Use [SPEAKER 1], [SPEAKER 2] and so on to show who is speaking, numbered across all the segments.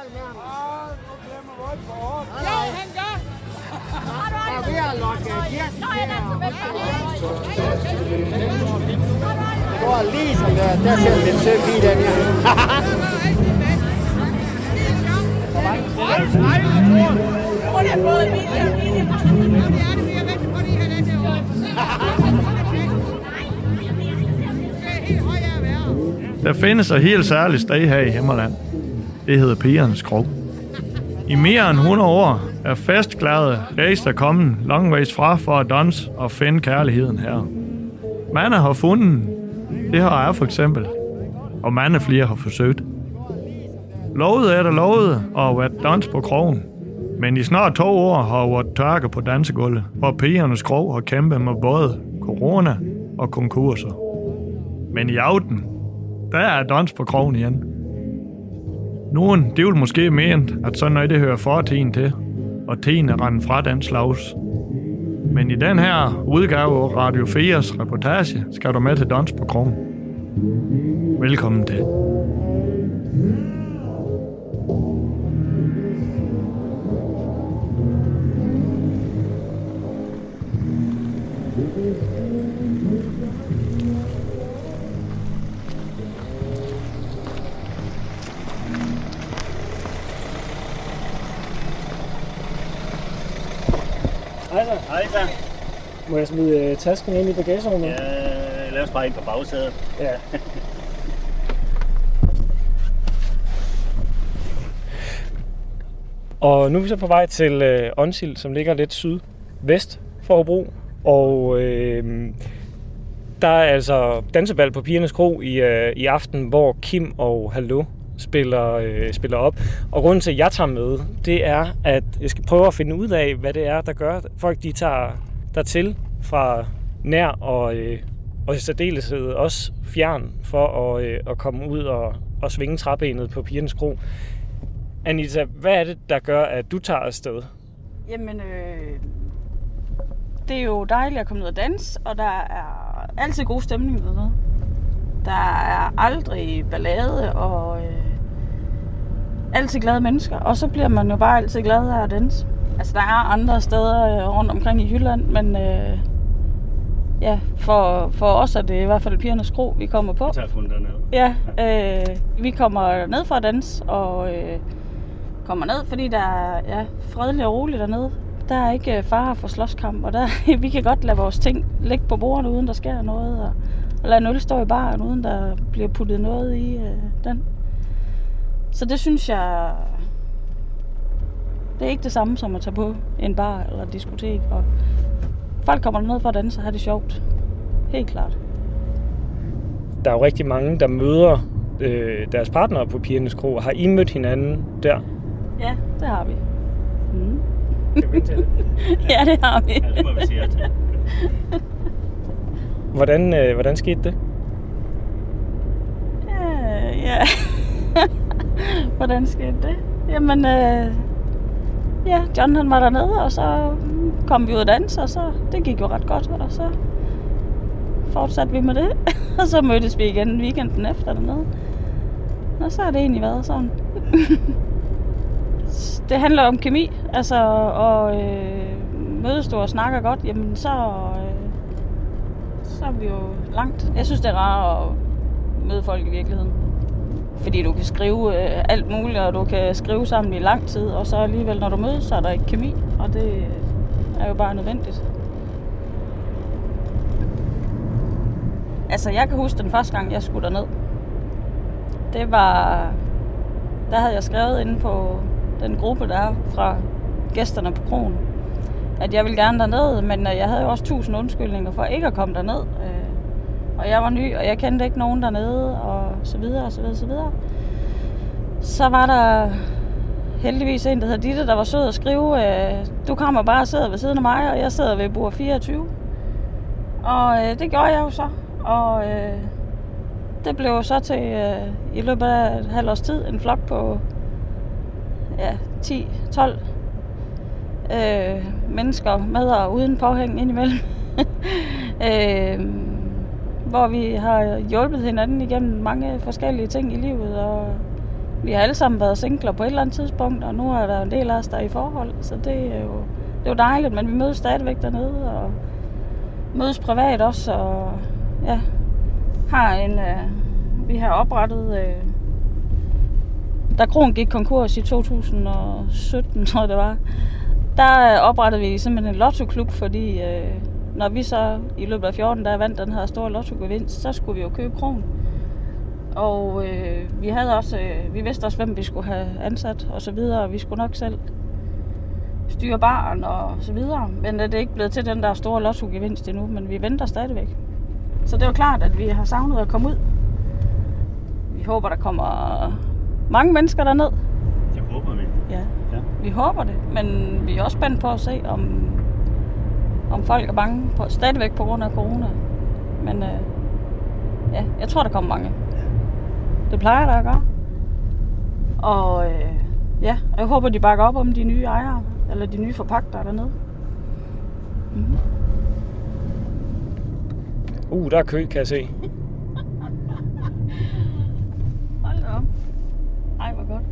[SPEAKER 1] Ja, han gør!
[SPEAKER 2] Jeg er ved at lokke Kirsten det går lige som der ser den sød pige den her.
[SPEAKER 1] Hun har fået
[SPEAKER 3] Der findes et helt særligt sted her i Himmerland. Det hedder Pigernes Krog. I mere end 100 år er festglade gæster kommet langvejs fra for at danse og finde kærligheden her. Mange har fundet, det har jeg for eksempel, og mange flere har forsøgt. Lovet er der lovet og været dans på krogen, men i snart 2 år har været tørke på dansegulvet, hvor Pigernes Krog har kæmpet med både corona og konkurser. Men i aften, der er dans på krogen igen. Nogen, det vil måske mene, at sådan noget det hører fortiden til, og tiden er rendt fra den slags. Men i den her udgave af Radio 4's reportage skal du med til dans på krogen. Velkommen til.
[SPEAKER 4] Hej så.
[SPEAKER 5] Må jeg smide tasken ind i bagagerummet?
[SPEAKER 4] Ja, lad os bare ind på bagsædet.
[SPEAKER 5] Ja. Og nu er vi så på vej til Onsild, som ligger lidt sydvest for Hobro. Og der er altså dansebal på Pigernes Krog i aften, hvor Kim og Hallo spiller op. Og grunden til, at jeg tager med, det er, at jeg skal prøve at finde ud af, hvad det er, der gør, at folk de tager dertil fra nær og i særdeleshed også fjern for at komme ud og svinge træbenet på Pigernes Krog. Anita, hvad er det, der gør, at du tager afsted?
[SPEAKER 6] Jamen, det er jo dejligt at komme ud og danse, og der er altid god stemning dernede. Der er aldrig ballade og altid glade mennesker, og så bliver man jo bare altid glad af at danse. Altså, der er andre steder rundt omkring i Jylland, men ja, for os er det i hvert fald Pigernes Krog, vi kommer på.
[SPEAKER 4] Jeg tager fundet dernede.
[SPEAKER 6] Ja, vi kommer ned for at danse, og kommer ned, fordi der er fredeligt og roligt dernede. Der er ikke fare for slåskamp, og vi kan godt lade vores ting ligge på bordene, uden der sker noget, og lade en øl stå i baren, uden der bliver puttet noget i den. Så det synes jeg, det er ikke det samme som at tage på en bar eller et diskotek. Og folk kommer derned for at danse og have det sjovt. Helt klart.
[SPEAKER 5] Der er jo rigtig mange, der møder deres partnere på Pigernes Krog. Har I mødt hinanden der?
[SPEAKER 6] Ja, det har vi. Mm.
[SPEAKER 5] Kan vi til det?
[SPEAKER 6] Ja, det har vi.
[SPEAKER 4] Ja, det må vi sige at.
[SPEAKER 5] Hvordan skete det?
[SPEAKER 6] Ja. Hvordan skete det? Jamen, ja, John han var dernede, og så kom vi ud og danse, og så det gik jo ret godt, og så fortsatte vi med det. Og så mødtes vi igen weekenden efter dernede. Og så har det egentlig været sådan. Det handler om kemi, altså, og mødes du og snakker godt, jamen så er vi jo langt. Jeg synes, det er rart at møde folk i virkeligheden. Fordi du kan skrive alt muligt, og du kan skrive sammen i lang tid, og så alligevel, når du mødes, så er der ikke kemi, og det er jo bare nødvendigt. Altså, jeg kan huske den første gang, jeg skulle derned. Det var, der havde jeg skrevet inde på den gruppe, der er fra gæsterne på kroen, at jeg ville gerne derned, men jeg havde jo også 1000 undskyldninger for ikke at komme derned. Og jeg var ny, og jeg kendte ikke nogen dernede, og så videre, og så videre, og så videre. Så var der heldigvis en, der hedder Ditte, der var sød at skrive, du kommer bare og sidder ved siden af mig, og jeg sidder ved bord 24. Og det gjorde jeg jo så, og det blev så til i løbet af et halvt års tid en flok på 10-12 mennesker med og uden påhæng indimellem. Hvor vi har hjulpet hinanden igennem mange forskellige ting i livet, og Vi har alle sammen været singler på et eller andet tidspunkt, og nu er der en del af os, der er i forhold. Så det er jo dejligt, men vi mødes stadigvæk dernede, og mødes privat også, og ja, vi har oprettet, da Kron gik konkurs i 2017, tror jeg det var, der oprettede vi simpelthen en lottoklub, fordi når vi så i løbet af 14 dage vandt den her store lottogevinst, så skulle vi jo købe Kron. Og vi vidste også, hvem vi skulle have ansat og så videre, og vi skulle nok selv styre baren og så videre. Men det er ikke blevet til den der store lottogevinst endnu, men vi venter stadigvæk. Så det er jo klart, at vi har savnet at komme ud. Vi håber, der kommer mange mennesker derned.
[SPEAKER 4] Det håber vi.
[SPEAKER 6] Ja, vi håber det, men vi er også spændt på at se, om folk er bange stadigvæk på grund af corona. Men ja, jeg tror, der kommer mange. Det plejer der at gøre. Og ja, jeg håber, de bakker op om de nye ejere, eller de nye forpagtere dernede.
[SPEAKER 5] Der er kø, kan jeg se.
[SPEAKER 6] Hold da op. Ej, hvor godt.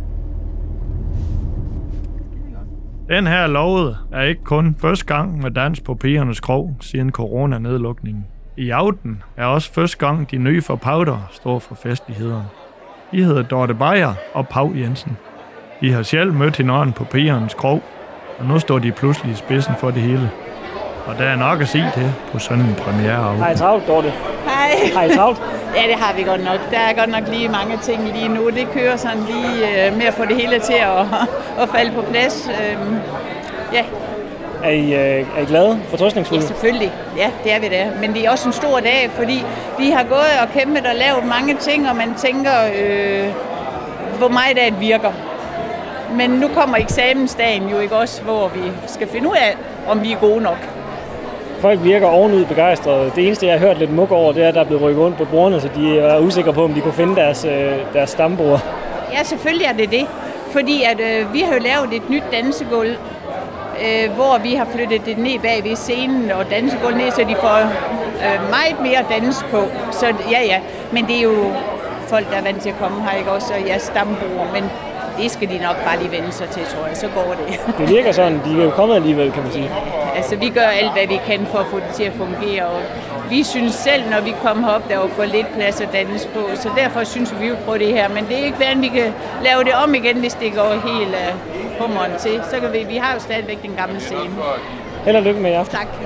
[SPEAKER 3] Den her lovet er ikke kun første gang med dans på Pigernes Krog siden coronanedlukningen. I aften er også første gang de nye forpagtere står for festlighederne. De hedder Dorte Beyer og Pau Jensen. De har selv mødt hinanden på Pigernes Krog, og nu står de pludselig i spidsen for det hele. Og der er nok at sige det på sådan en premiereaften.
[SPEAKER 5] Hej travlt, Dorte.
[SPEAKER 7] Hej.
[SPEAKER 5] Hej travlt.
[SPEAKER 7] Ja, det har vi godt nok. Der er godt nok lige mange ting lige nu. Det kører sådan lige med at få det hele til at falde på plads. Ja.
[SPEAKER 5] Er I glade? Fortrøstningsfulde?
[SPEAKER 7] Ja, selvfølgelig. Ja, det er vi da. Men det er også en stor dag, fordi vi har gået og kæmpet og lavet mange ting, og man tænker, hvor meget det virker. Men nu kommer eksamensdagen jo ikke også, hvor vi skal finde ud af, om vi er gode nok.
[SPEAKER 5] Folk virker ovenud begejstrede. Det eneste, jeg har hørt lidt muk over, det er, at der er blevet rykket rundt på bordene, så de er usikre på, om de kunne finde deres stambord.
[SPEAKER 7] Ja, selvfølgelig er det det. Fordi at, vi har jo lavet et nyt dansegulv, hvor vi har flyttet det ned bag ved scenen og dansegulv ned, så de får meget mere dans på. Så ja, men det er jo folk, der er vant til at komme her, ikke også, og stambord, men det skal de nok bare lige vende sig til, tror jeg, så går det.
[SPEAKER 5] Det virker sådan, de er jo kommet alligevel, kan man sige.
[SPEAKER 7] Altså, vi gør alt, hvad vi kan for at få det til at fungere, og vi synes selv, når vi kommer herop, der var for lidt plads at danse på, så derfor synes vi jo på det her, men det er ikke værd, vi kan lave det om igen, hvis det går helt hummeren til. Så kan vi har jo stadigvæk den gamle scene.
[SPEAKER 5] Held og lykke med i aften.
[SPEAKER 7] Tak.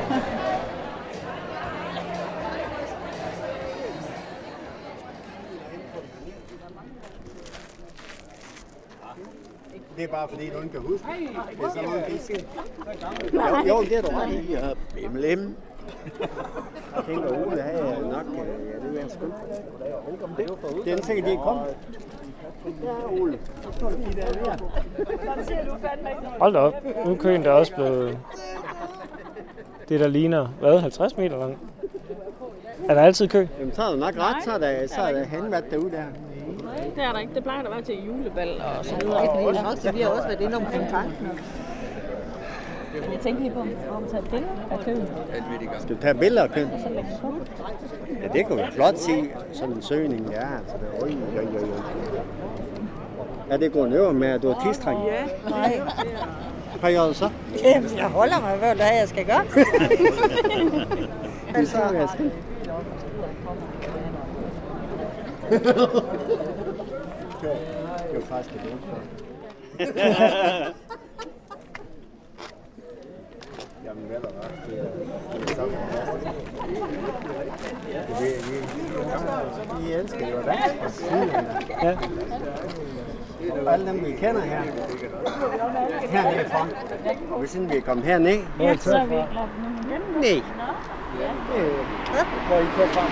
[SPEAKER 2] Det er bare fordi, du ikke kan huske. Det er sådan noget, vi siger. Jo, det er du ret i. Bimlem. Jeg tænker, Ole havde nok... Ja, det er sgu. Det er sikkert, de er kommet. Ja, Ole.
[SPEAKER 5] Hold da op. Nu er køen der også blevet... Det, der ligner, 50 meter lang? Er der altid kø?
[SPEAKER 2] Jamen, så er der nok ret, så er der henvat derude der.
[SPEAKER 6] Det er der ikke. Det plejer der at være til julebal og så videre.
[SPEAKER 7] Så vi har også været inde omkring tanken.
[SPEAKER 6] Men jeg tænkte lige på, om vi tager et billede af køen.
[SPEAKER 2] Skal du tage billeder af køen? Ja, det kunne vi flot se. Sådan en søgning, ja. Altså, det ja, det går nøver med, at du har tidstræng.
[SPEAKER 7] Ja, nej.
[SPEAKER 2] Hvad gør du så?
[SPEAKER 7] Jamen, jeg holder mig, hvad jeg skal gøre.
[SPEAKER 2] Altså, det er jo faktisk det. Jamen, hvad der var? Det er så fantastisk. Vi elsker jo dans fra siden. Ja. Alle dem, vi kender her. Hernede fra. Og hvis vi er kommet herned.
[SPEAKER 6] Ja, så er vi klar.
[SPEAKER 2] Nej. Hvor I kører fra?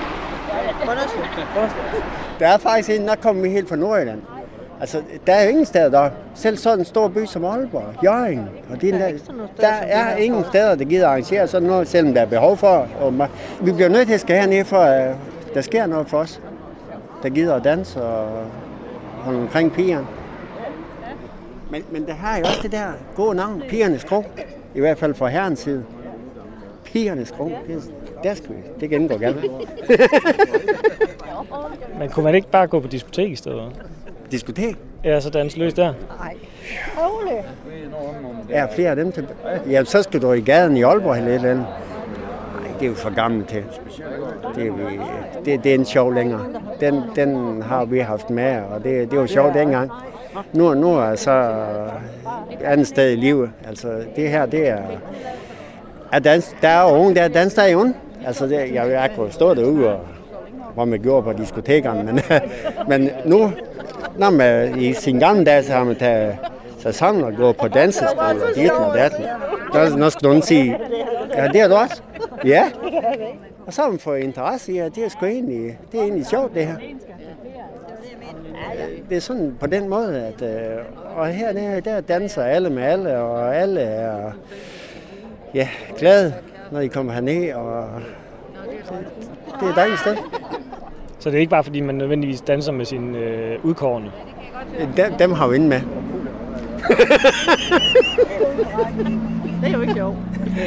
[SPEAKER 2] Der er faktisk en, der kommer vi helt fra Nordjylland. Altså, der er jo ingen steder der. Selv sådan en stor by som Aalborg, Hjørring. Og der er ingen steder, der gider arrangere sådan noget, selvom der er behov for. Og vi bliver nødt til at skal hernede, for der sker noget for os. Der gider at danse og holde omkring pigerne. Men der har jo også det der gode navn, Pigernes Krog. I hvert fald fra herrens side. Pigernes Krog. Der skal vi. Det gennemgår gerne.
[SPEAKER 5] Men kunne man ikke bare gå på diskotek i stedet?
[SPEAKER 2] diskotek.
[SPEAKER 5] Ja, så danse løs der.
[SPEAKER 2] Ja, flere af dem til. Ja, så skal du i gaden i Aalborg eller et eller andet. Nej, det er jo for gammelt til. Det er en sjov længere. Den har vi haft med, og det var sjovt dengang. Nu er jeg så andet sted i livet. Altså, det her, det er dans. Der er unge, der er dans, der er ondt. Altså, jeg kunne stå derude, og, hvor man gjorde på diskotekerne, men nu, når man i sin gamle dage, så har man taget sig sammen og gået på danseskole og dit og datten. Nu skal nogen sige, ja, det er du også. Ja. Og så har man fået interesse i, at det er sgu egentlig sjovt, det her. Det er sådan på den måde, at og her der danser alle med alle, og alle er glade, når de kommer herned, og det er et dejligt sted.
[SPEAKER 5] Så det er ikke bare, fordi man nødvendigvis danser med sine udkårne?
[SPEAKER 2] Dem har vi inde med.
[SPEAKER 7] Det er jo ikke sjovt.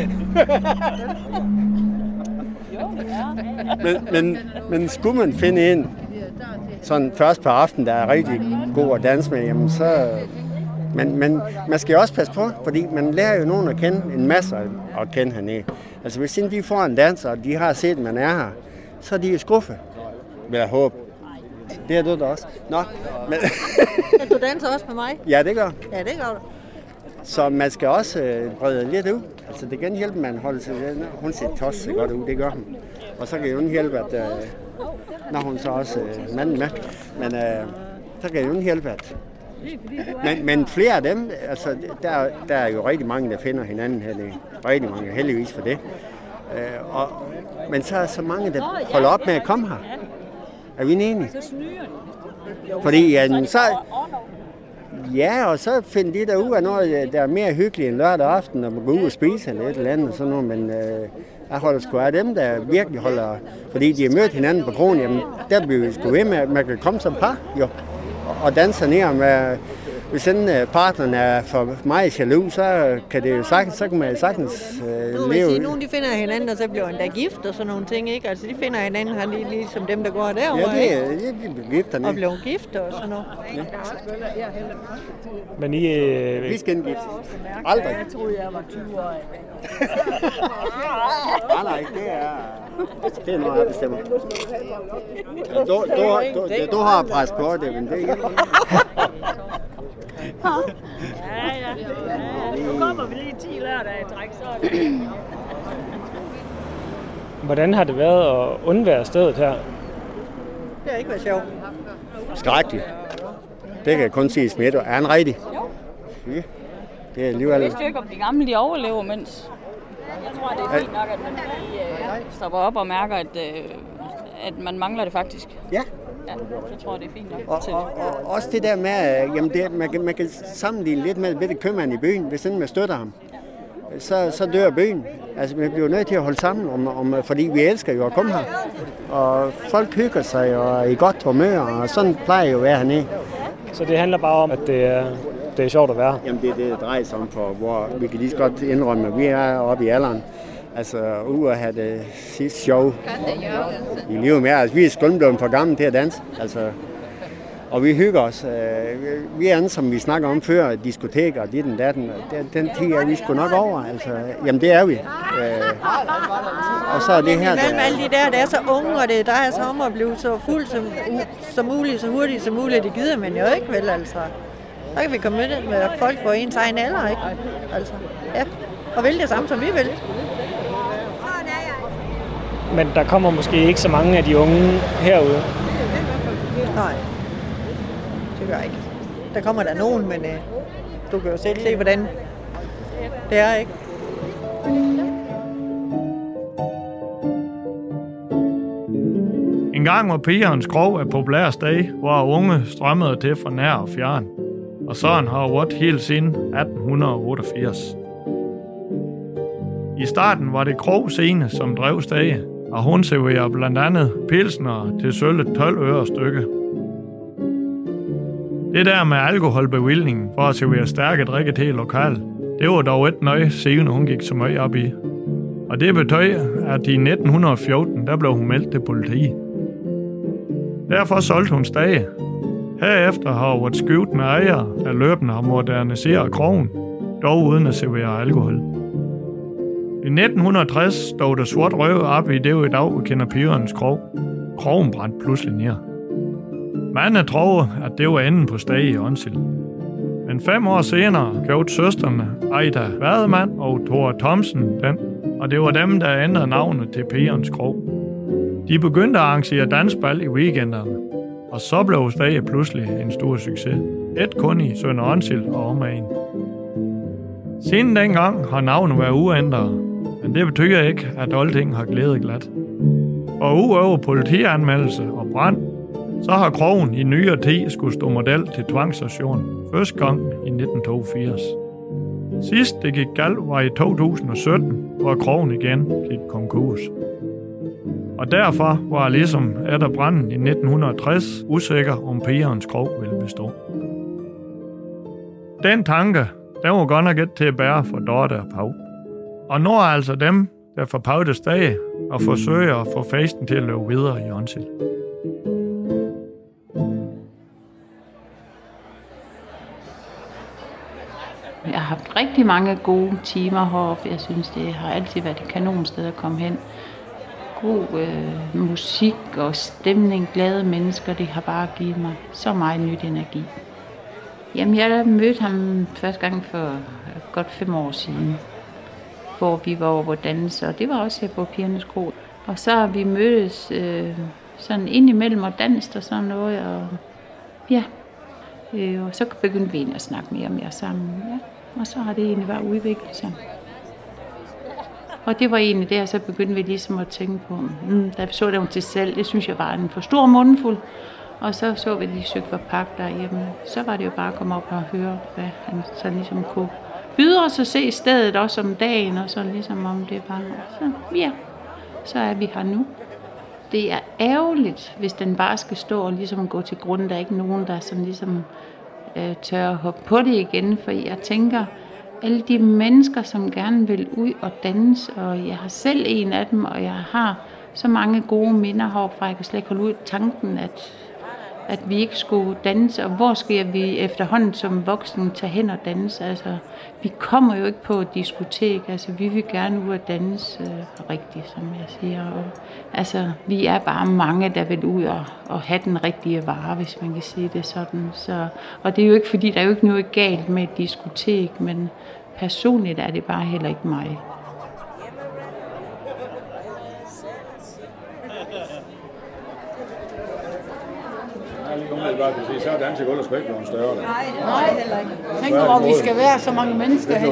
[SPEAKER 2] men skulle man finde en sådan først på aftenen, der er rigtig god at danse med, jamen så... Men man skal også passe på, fordi man lærer jo nogen at kende, en masse at kende hernede. Altså hvis de får en danser, og de har set, at man er her, så er de jo skuffet, vil jeg håbe. Det er du da også. Nå, men...
[SPEAKER 8] Du danser også med mig?
[SPEAKER 2] Ja, det gør.
[SPEAKER 8] Ja, det gør du.
[SPEAKER 2] Så man skal også brede lidt ud. Altså det kan hjælpe, at man holder sig... Hun ser tosset godt ud, det gør hun. Og så kan det jo hjælpe, at... når hun så også manden med. Men så kan det jo hjælpe, at... Men flere af dem, altså der er jo rigtig mange, der finder hinanden her. Rigtig mange, heldigvis for det. Men så er så mange, der holder op med at komme her. Er vi enige? Fordi så... Ja, og så finder de der ud af noget, der er mere hyggeligt end lørdag aften, når man går ud og spiser eller et eller andet og sådan noget. Men jeg holder sgu af dem, der virkelig holder... Fordi de har mødt hinanden på kronen, jamen der bliver vi sgu ved med, at man kan komme som par, jo. Og danse ned med... Hvis en partneren er for meget jaloux, så kan det jo sagtens, så kan man sagtens leve...
[SPEAKER 8] Sige, nogle de finder hinanden, og så bliver endda gift og sådan nogle ting, ikke? Altså de finder hinanden her ligesom dem, der går derovre,
[SPEAKER 2] ja, de bliver gift hernede.
[SPEAKER 8] Og bliver gift og sådan noget. Ja.
[SPEAKER 5] Men
[SPEAKER 2] vi skal indgift. Aldrig.
[SPEAKER 8] Jeg troede, jeg var 20 år.
[SPEAKER 2] Nej, det er noget, jeg bestemmer. Du har pres på det, men det er ikke.
[SPEAKER 8] Ja. Nu kommer vi lige 10 lørdage i træk, så er det.
[SPEAKER 5] Hvordan har det været at undvære stedet her?
[SPEAKER 8] Det har ikke været sjovt.
[SPEAKER 2] Skrækkeligt. Det kan jeg kun sige, Smidt. Er han rigtig?
[SPEAKER 6] Jo.
[SPEAKER 2] Ja. Det er alligevel...
[SPEAKER 6] Jeg vidste jo ikke, om de gamle de overlever, mens... Jeg tror, det er fint nok, at man stopper op og mærker, at man mangler det faktisk.
[SPEAKER 2] Ja.
[SPEAKER 6] Ja, jeg tror, det er fint nok.
[SPEAKER 2] Og også det der med, jamen man kan sammenligne lidt med det købmand i byen, hvis man støtter ham. Så dør byen. Altså, vi bliver nødt til at holde sammen, fordi vi elsker jo at komme her. Og folk hygger sig og er i godt humør, og sådan plejer jo at være hernede.
[SPEAKER 5] Så det handler bare om, at det er sjovt at være her?
[SPEAKER 2] Jamen, det er det, det drejer sig om, for hvor vi kan lige så godt indrømme, at vi er oppe i alderen. Altså, ude at have det sidste show i livet med. Altså, vi er sgu blevet for gamle til at danse. Altså, og vi hygger os. Vi er andre, som vi snakker om før, diskoteker og dit og datten. Den tid er vi sgu nok over. Altså, jamen, det er vi. Og så er det her...
[SPEAKER 8] Mellem alle de der er så unge, og det drejer sig om at blive så fuld som muligt, så hurtigt som muligt. Det gider man jo ikke, vel, altså. Så kan vi komme med folk på ens egen alder, ikke? Altså, ja. Og vil det samme, som vi vil.
[SPEAKER 5] Men der kommer måske ikke så mange af de unge herude?
[SPEAKER 8] Nej, det gør jeg ikke. Der kommer der nogen, men du kan jo selv se, hvordan det er, ikke?
[SPEAKER 3] En gang var Pigerens Krog et populært sted, hvor unge strømmede til fra nær og fjern. Og sådan har det været helt siden 1888. I starten var det Krog Scene, som drev stedet, og hun serverer blandt andet pilsner til sølle 12 øre stykke. Det der med alkoholbevillingen for at servere stærke drikke til lokal, det var dog ikke noget, siden hun gik så meget op i. Og det betød, at i 1914, der blev hun meldt til politiet. Derfor solgte hun stedet. Herefter har været skift med ejere, der løbende har moderniseret krogen, dog uden at servere alkohol. I 1960 stod der sort røv op i det, vi i dag kender Pigernes Krog. Krogen brændte pludselig ned. Mange troede, at det var enden på stedet i Onsild. Men 5 år senere købte søstrene Ejda Vademann og Thora Thomsen den, og det var dem, der ændrede navnet til Pigernes Krog. De begyndte at arrangere dansbal i weekenderne, og så blev stedet pludselig en stor succes. Et kun i Sønder Onsild og omegn. Siden dengang har navnet været uændret, men det betyder ikke, at alting har glædet glat. Og udover politianmeldelse og brand, så har krogen i nyere tid skulle stå model til tvangsstation første gang i 1982. Sidst det gik galt var i 2017, hvor krogen igen gik konkurs. Og derfor var ligesom efter branden i 1960 usikker, om Pigernes Krog ville bestå. Den tanke, den var godt nok ikke til at bære for Dorte og Pau. Og nu er altså dem, der får Pau det sted og forsøger at få festen til at løbe videre i Onsild.
[SPEAKER 9] Jeg har haft rigtig mange gode timer heroppe. Jeg synes, det har altid været et kanonsted at komme hen. God musik og stemning, glade mennesker, det har bare givet mig så meget nyt energi. Jamen, jeg mødte ham første gang for godt 5 år siden, hvor vi var over på danse, og det var også her på Pigernes Krog. Og så har vi mødtes sådan indimellem og danset og sådan noget, og ja, og så begyndte vi at snakke mere og mere sammen, ja. Og så har det egentlig bare udviklet sig. Og det var egentlig der, så begyndte vi ligesom at tænke på, da vi så dem til selv, det synes jeg var en for stor mundfuld. Og så vi de søgte forpagt derhjemme. Så var det jo bare at komme op og høre, hvad han så ligesom kunne byde os at se stedet også om dagen, og så ligesom om det var. Så ja, så er vi her nu. Det er ærgerligt, hvis den bare skal stå og ligesom gå til grund. Der er ikke nogen, der sådan ligesom tør at hoppe på det igen, for jeg tænker, alle de mennesker, som gerne vil ud og danse, og jeg har selv en af dem, og jeg har så mange gode minder heroppe fra, jeg kan slet ikke holde ud tanken, at vi ikke skulle danse, og hvor skal vi efterhånden som voksne tage hen og danse? Altså, vi kommer jo ikke på et diskotek, altså vi vil gerne ud og danse rigtigt, som jeg siger. Og, altså, vi er bare mange, der vil ud og have den rigtige vare, hvis man kan sige det sådan. Så, og det er jo ikke, fordi der er jo ikke noget galt med et diskotek, men personligt er det bare heller ikke mig.
[SPEAKER 10] Så er dansegulvet sgu ikke nogen større.
[SPEAKER 11] Nej, heller ikke. Tænk over, vi skal være så mange mennesker her.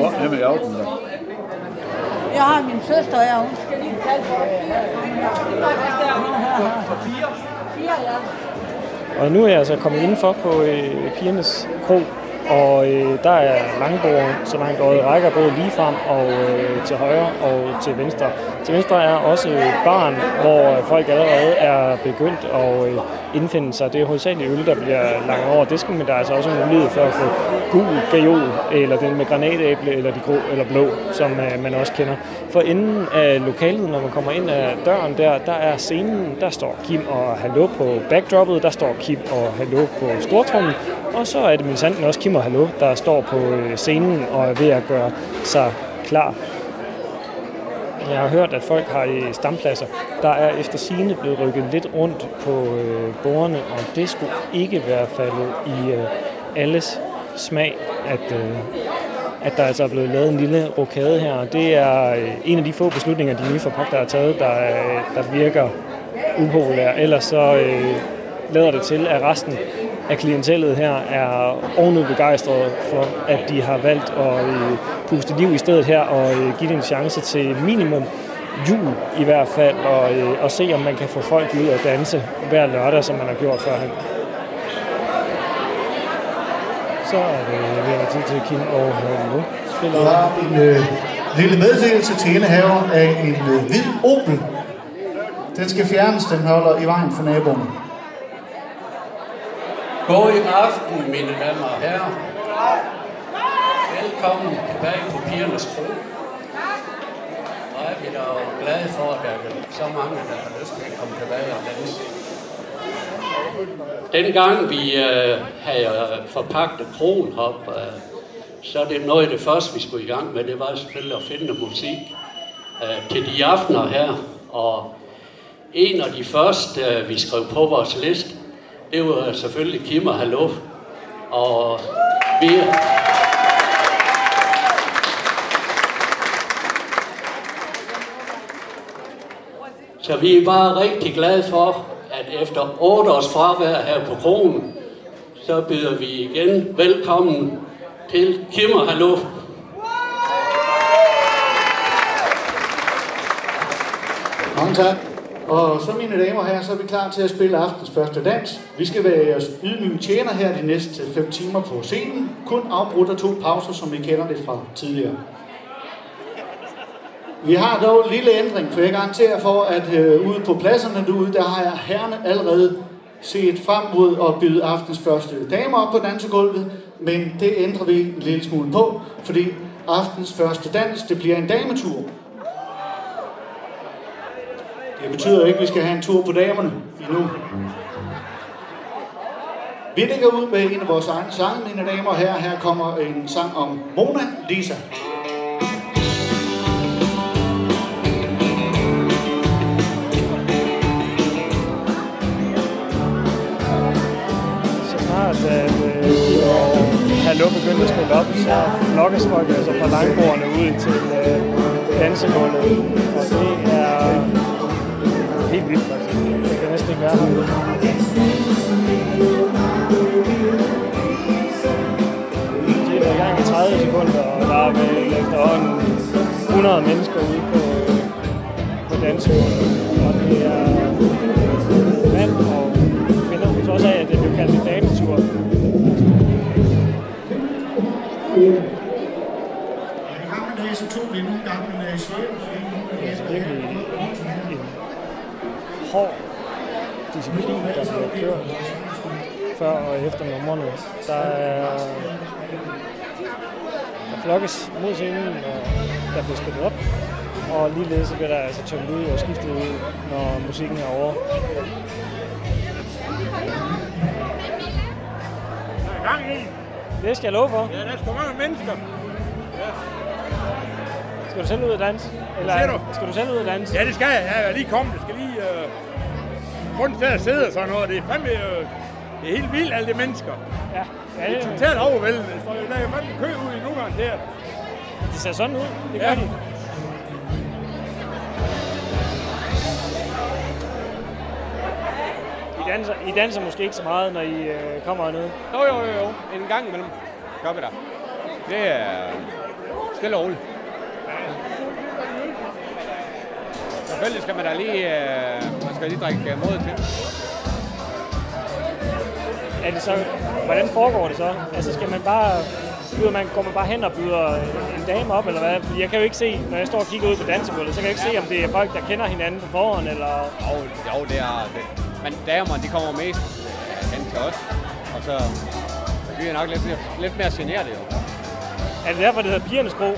[SPEAKER 11] Jeg har min søster her, hun skal lige tale for det.
[SPEAKER 5] Og nu er jeg altså kommet indenfor på Pigernes Krog, og der er langbord, så langt øjet rækker, både lige frem og til højre og til venstre. Til venstre er også baren, hvor folk allerede er begyndt at indfinde sig. Det er hovedsageligt øl, der bliver langt over disken, men der er altså også en mulighed for at få gul gajol, eller den med granatæble, eller de grå eller blå, som man også kender. For enden af lokalet, når man kommer ind ad døren der er scenen, der står Kim og Hallo på backdroppet, der står Kim og Hallo på stortrommen, og så er det minsandten også Kim og Hallo, der står på scenen og er ved at gøre sig klar. Jeg har hørt, at folk har i stampladser. Der er efter sigende blevet rykket lidt rundt på bordene, og det skulle ikke være faldet i alles smag, at der altså er blevet lavet en lille rokade her. Det er en af de få beslutninger, de nye forpagtere har taget, der virker upopulær. Ellers så lader det til, at resten af klientellet her er ovenud begejstret for, at de har valgt at puste liv i stedet her og give det en chance til minimum jul i hvert fald, og se om man kan få folk ud og danse hver lørdag, som man har gjort førhen. Så er det ved tid til Kim og Hallo spiller.
[SPEAKER 12] Vi har en lille meddelelse til indehaver af en hvid Opel. Den skal fjernes, den holder i vejen for naboerne.
[SPEAKER 13] God aften, mine damer og herrer. Velkommen tilbage på Pigernes Krog. Og er vi da glade for, at der er så mange, der har lyst til at komme tilbage og danse. Dengang vi havde forpagtet kronen op, så er det noget af det første, vi skulle i gang med. Det var selvfølgelig at finde noget musik til de aftener her. Og en af de første, vi skrev på vores liste, det var selvfølgelig Kim og Hallo. Og vi... Så vi er bare rigtig glade for, at efter 8 års fravær her på kronen, så byder vi igen velkommen til Kim og Hallo.
[SPEAKER 12] Mange tak. Og så, mine damer og herrer, så er vi klar til at spille aftens første dans. Vi skal være jeres ydmyge tjener her de næste 5 timer på scenen. Kun afbrudt af 2 pauser, som vi kender det fra tidligere. Vi har dog en lille ændring, for jeg garanterer for, at ude på pladserne derude, der har jeg herrene allerede set frem mod at byde aftens første damer op på dansegulvet. Men det ændrer vi en lille smule på, fordi aftens første dans, det bliver en dametur. Det betyder ikke, at vi skal have en tur på damerne endnu. Vi lægger ud med en af vores egne sange, mine damer og herrer. Her kommer en sang om Mona Lisa.
[SPEAKER 5] Så snart Hallo begyndte at spille op, så flokkes folk altså fra langbordene ud til dansegulvet. Og det er helt vildt faktisk. Det kan næsten ikke være her. De er i gang i 30 sekunder, og der er vel efterhånden 100 mennesker ude på dansegulvet. Og det er mand og kvinder, på trods af, at det blev kaldt en dametur.
[SPEAKER 12] I gamle dage så tog vi nogle gange med chefen.
[SPEAKER 5] Det er virkelig en hård disciplin, der bliver kørt før og efter numrene. Der flokkes mod scenen, og der bliver spillet op. Og ligeledes bliver der altså tømt ud og skiftet ud, når musikken er over.
[SPEAKER 1] Der er gang i.
[SPEAKER 5] Det skal jeg love for.
[SPEAKER 1] Ja, der er sgu mange mennesker. Ja.
[SPEAKER 5] Skal du selv ud og danse? Eller skal du selv ud og danse?
[SPEAKER 1] Ja, det skal jeg. Jeg er lige kommet. Jeg skal lige få en sted at sidde og sådan noget. Det er fandme... det er helt vildt, alle de mennesker.
[SPEAKER 5] Ja.
[SPEAKER 1] Det er totalt overvældende. Så der er fandme kø ud i nogle gange der.
[SPEAKER 5] Det ser sådan ud. Det gør de. I danser måske ikke så meget, når I kommer hernede?
[SPEAKER 14] Jo. En gang imellem gør vi der. Det er stille og roligt. Selvfølgelig skal man da lige, drikke mod til.
[SPEAKER 5] Er det så, hvordan foregår det så? Altså skal man bare, går man bare hen og byder en dame op, eller hvad? Fordi jeg kan jo ikke se, når jeg står og kigger ud på dansegulvet, så kan jeg ikke se, om det er folk, der kender hinanden på forhånd, eller...
[SPEAKER 14] Jo, det er det. Men damerne, de kommer mest hen til os, og så vi er nok lidt mere generede jo.
[SPEAKER 5] Er det derfor, det hedder Pigernes Kro?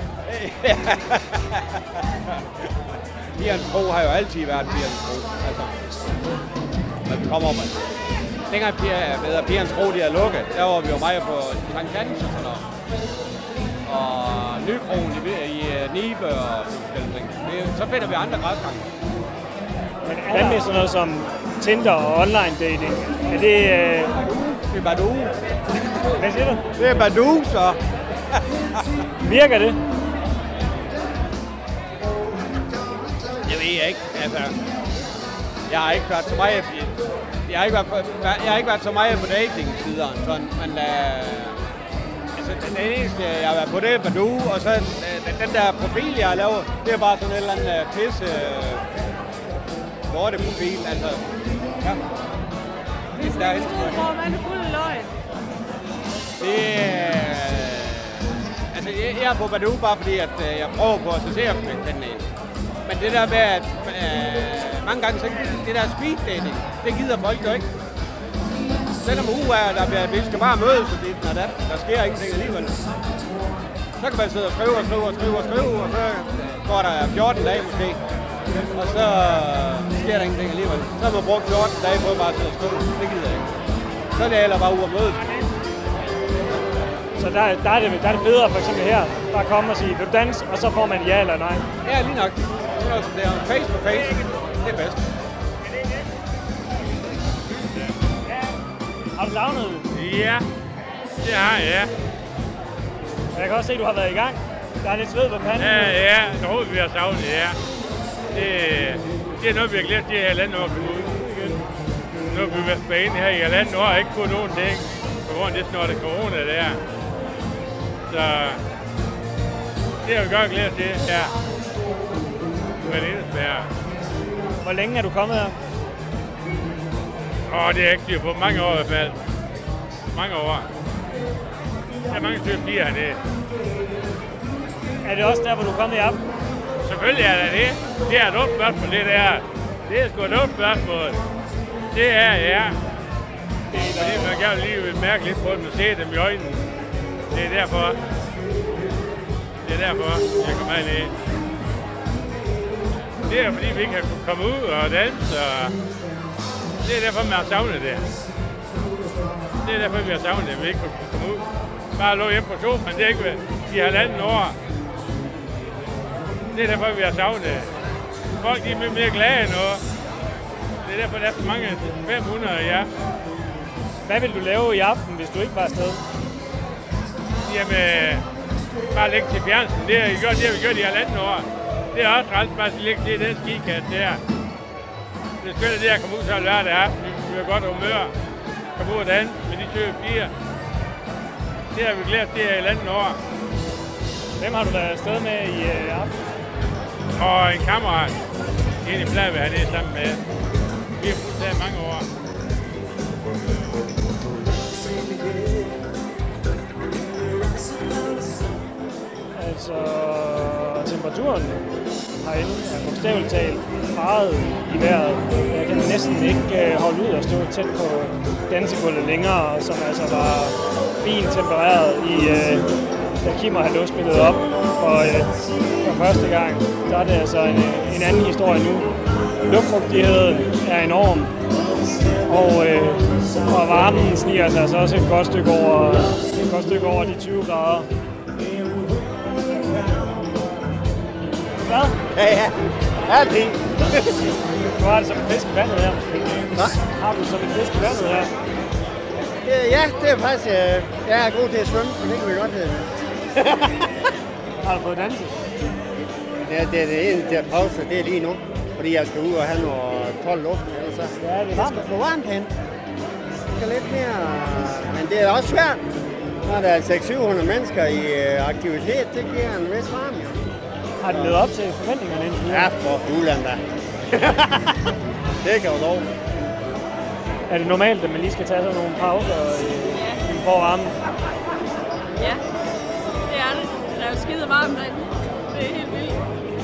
[SPEAKER 14] Pigernes Kro har jo altid været Pigernes Kro. Altså, når vi kommer op. Dengang Pigernes Kro, de er lukket, der var vi jo meget på Sankt Hans og sådan noget. Og Nykroen i Nibe og sådan ting. Så finder vi andre græsgange.
[SPEAKER 5] Men hvad med sådan noget som Tinder og online dating? Er det...
[SPEAKER 14] Det er Badoo.
[SPEAKER 5] Hvad siger du?
[SPEAKER 14] Det er Badoo, så.
[SPEAKER 5] Virker det?
[SPEAKER 14] Jeg ved ikke. Altså, jeg har ikke været så meget... Jeg har ikke været så meget på dating-sideren, sådan, men altså, den eneste, jeg har været på, det er Badoo, og så den der profil, jeg har lavet, det er bare sådan et eller andet pisse vorteprofil, altså, ja. Det er
[SPEAKER 11] man er fuld af løgn.
[SPEAKER 14] Altså, jeg er på Badoo bare fordi, at jeg prøver på at se, om jeg kan kende en. Men det der med, at mange gange, så det der speed dating, det gider folk jo ikke. Selvom vi skal bare mødes, og der sker ingenting alligevel. Så kan man sidde og skrive, og så går der 14 dage måske. og så sker der ingenting alligevel. Så har man brugt 14 dage på bare at sidde og stå. Det gider jeg ikke. Så er det heller bare ud at mødes.
[SPEAKER 5] Så der er det federe for eksempel her, bare komme og sige, vil du danse, og så får man ja eller nej.
[SPEAKER 14] Ja, lige nok. Det er face to face. Det er bedst.
[SPEAKER 5] Har du savnet det?
[SPEAKER 15] Ja, det har jeg.
[SPEAKER 5] Jeg kan også se, at du har været i gang. Der er lidt sved på panden.
[SPEAKER 15] Ja, jeg tror, vi har savnet det, ja. Det er noget, vi har glædt det her landet år at komme ud igen. Nu har vi været tilbage her i landet år og ikke fået nogen ting. På grund af det snart corona der. Så det har vi godt glædet til, ja. Men det er svært.
[SPEAKER 5] Hvor længe er du kommet her?
[SPEAKER 15] Det er ikke styr på. Mange år i hvert fald. Mange år. Der er mange stykker piger hernede.
[SPEAKER 5] Er det også der, hvor du er kommet i aften?
[SPEAKER 15] Selvfølgelig er det det. Det er et dumt spørgsmål, det der. Det er sgu et dumt spørgsmål. Det er, ja. Fordi man kan jo lige mærke lidt på dem og se dem i øjnene. Det er derfor. Det er derfor, jeg kommer herned. Det er fordi, vi ikke har kunnet komme ud og danse. Og det er derfor, man har savnet det. Det er derfor, vi har savnet det, at vi ikke kunne komme ud. Bare lå hjemme på sofaen, det er ikke i 1,5 år. Det er derfor, vi har savnet det. Folk de er mere glade end noget. Det er derfor, der er så mange 500, ja.
[SPEAKER 5] Hvad vil du lave i aften, hvis du ikke var afsted?
[SPEAKER 15] Jamen, bare lægge til fjernsen. Det har vi gjort i 1,5 år. Det er også træls bare at lægge til den skikasse der. Det er skønt, det at komme ud så lørdag aften. Vi har godt humør. Komme ud og danse med de 20 piger. Det har vi glædet til i 1,5 år.
[SPEAKER 5] Hvem har du været afsted med i aften?
[SPEAKER 15] Og en kammerat. En i plejer vi have det sammen med. Vi har fulgt mange år.
[SPEAKER 5] Altså, temperaturen herinde er bogstaveligt talt meget i vejret. Jeg kan næsten ikke holde ud og stå tæt på dansegulvet længere, som altså var fint tempereret da Kim og Hallo spillede op for første gang. Så er det altså en anden historie nu. Luftfugtigheden er enorm, og varmen sniger sig altså også et godt stykke over de 20 grader. Hvad?
[SPEAKER 2] Ja. Altid.
[SPEAKER 5] Du har det som en fisk i vandet her.
[SPEAKER 2] Hvad?
[SPEAKER 5] Har du som en fisk i vandet her?
[SPEAKER 2] Ja, det er faktisk... Jeg er god til at svømme, så det kan vi godt hedde.
[SPEAKER 5] Har du fået danset?
[SPEAKER 2] Ja, det er det eneste, jeg pause, det er lige nu. Fordi jeg skal ud og have noget kold luft. Altså.
[SPEAKER 5] Ja, det er varmt.
[SPEAKER 2] Det skal få varmt hen. Det skal lidt mere... Men det er også svært. Når der er 600-700 mennesker i aktivitet, det giver en vis varme.
[SPEAKER 5] Har det levet op til forventningerne indtil videre?
[SPEAKER 2] Ja, for hulen da. Det kan jo lov.
[SPEAKER 5] Er det normalt, at man lige skal tage sådan nogle pauser for varmen?
[SPEAKER 6] Ja, det er det. Der er jo skide varmt derinde. Det er helt vildt.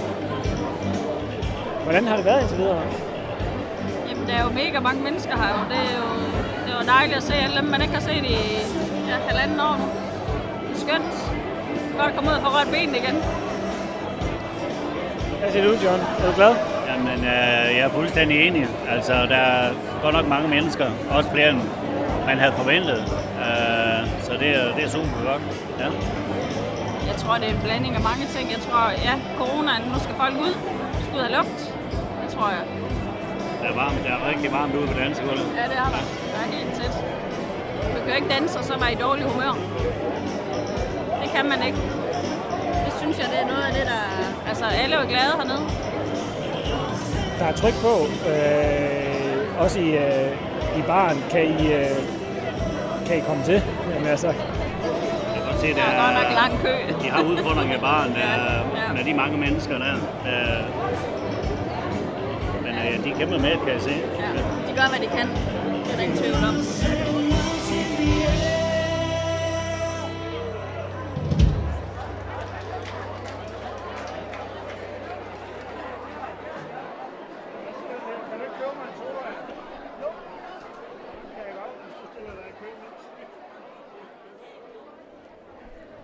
[SPEAKER 5] Hvordan har det været indtil videre?
[SPEAKER 6] Jamen, der er jo mega mange mennesker her. Det er jo dejligt at se alle dem, man ikke har set i 1,5 år nu. Det er skønt. Godt at komme ud og få rørt benet igen.
[SPEAKER 5] Hvad siger du, John? Er du glad?
[SPEAKER 4] Jamen, jeg er fuldstændig enig. Altså, der er godt nok mange mennesker, også flere end man havde forventet. Så det er super godt. Ja.
[SPEAKER 6] Jeg tror, det er en blanding af mange ting. Jeg tror, coronaen, nu skal folk ud. Skal ud af luft. Det tror jeg.
[SPEAKER 4] Det er varmt. Det er rigtig varmt ude på dansegulvet.
[SPEAKER 6] Ja, det er der. Der er helt tæt. Du kan jo ikke danse, og så være i dårlig humør. Det kan man ikke. Det synes jeg, det er noget af det, der... Altså, alle er jo glade hernede.
[SPEAKER 5] Der er tryk på. Også i baren. Kan I komme til? Jamen, altså...
[SPEAKER 4] Jeg kan godt se,
[SPEAKER 6] der er godt nok lang kø.
[SPEAKER 4] De har udfordring af baren, med de mange mennesker der. Men de kæmper med, kan jeg se.
[SPEAKER 6] Ja, de gør, hvad de kan. Det er der ingen tvivl om.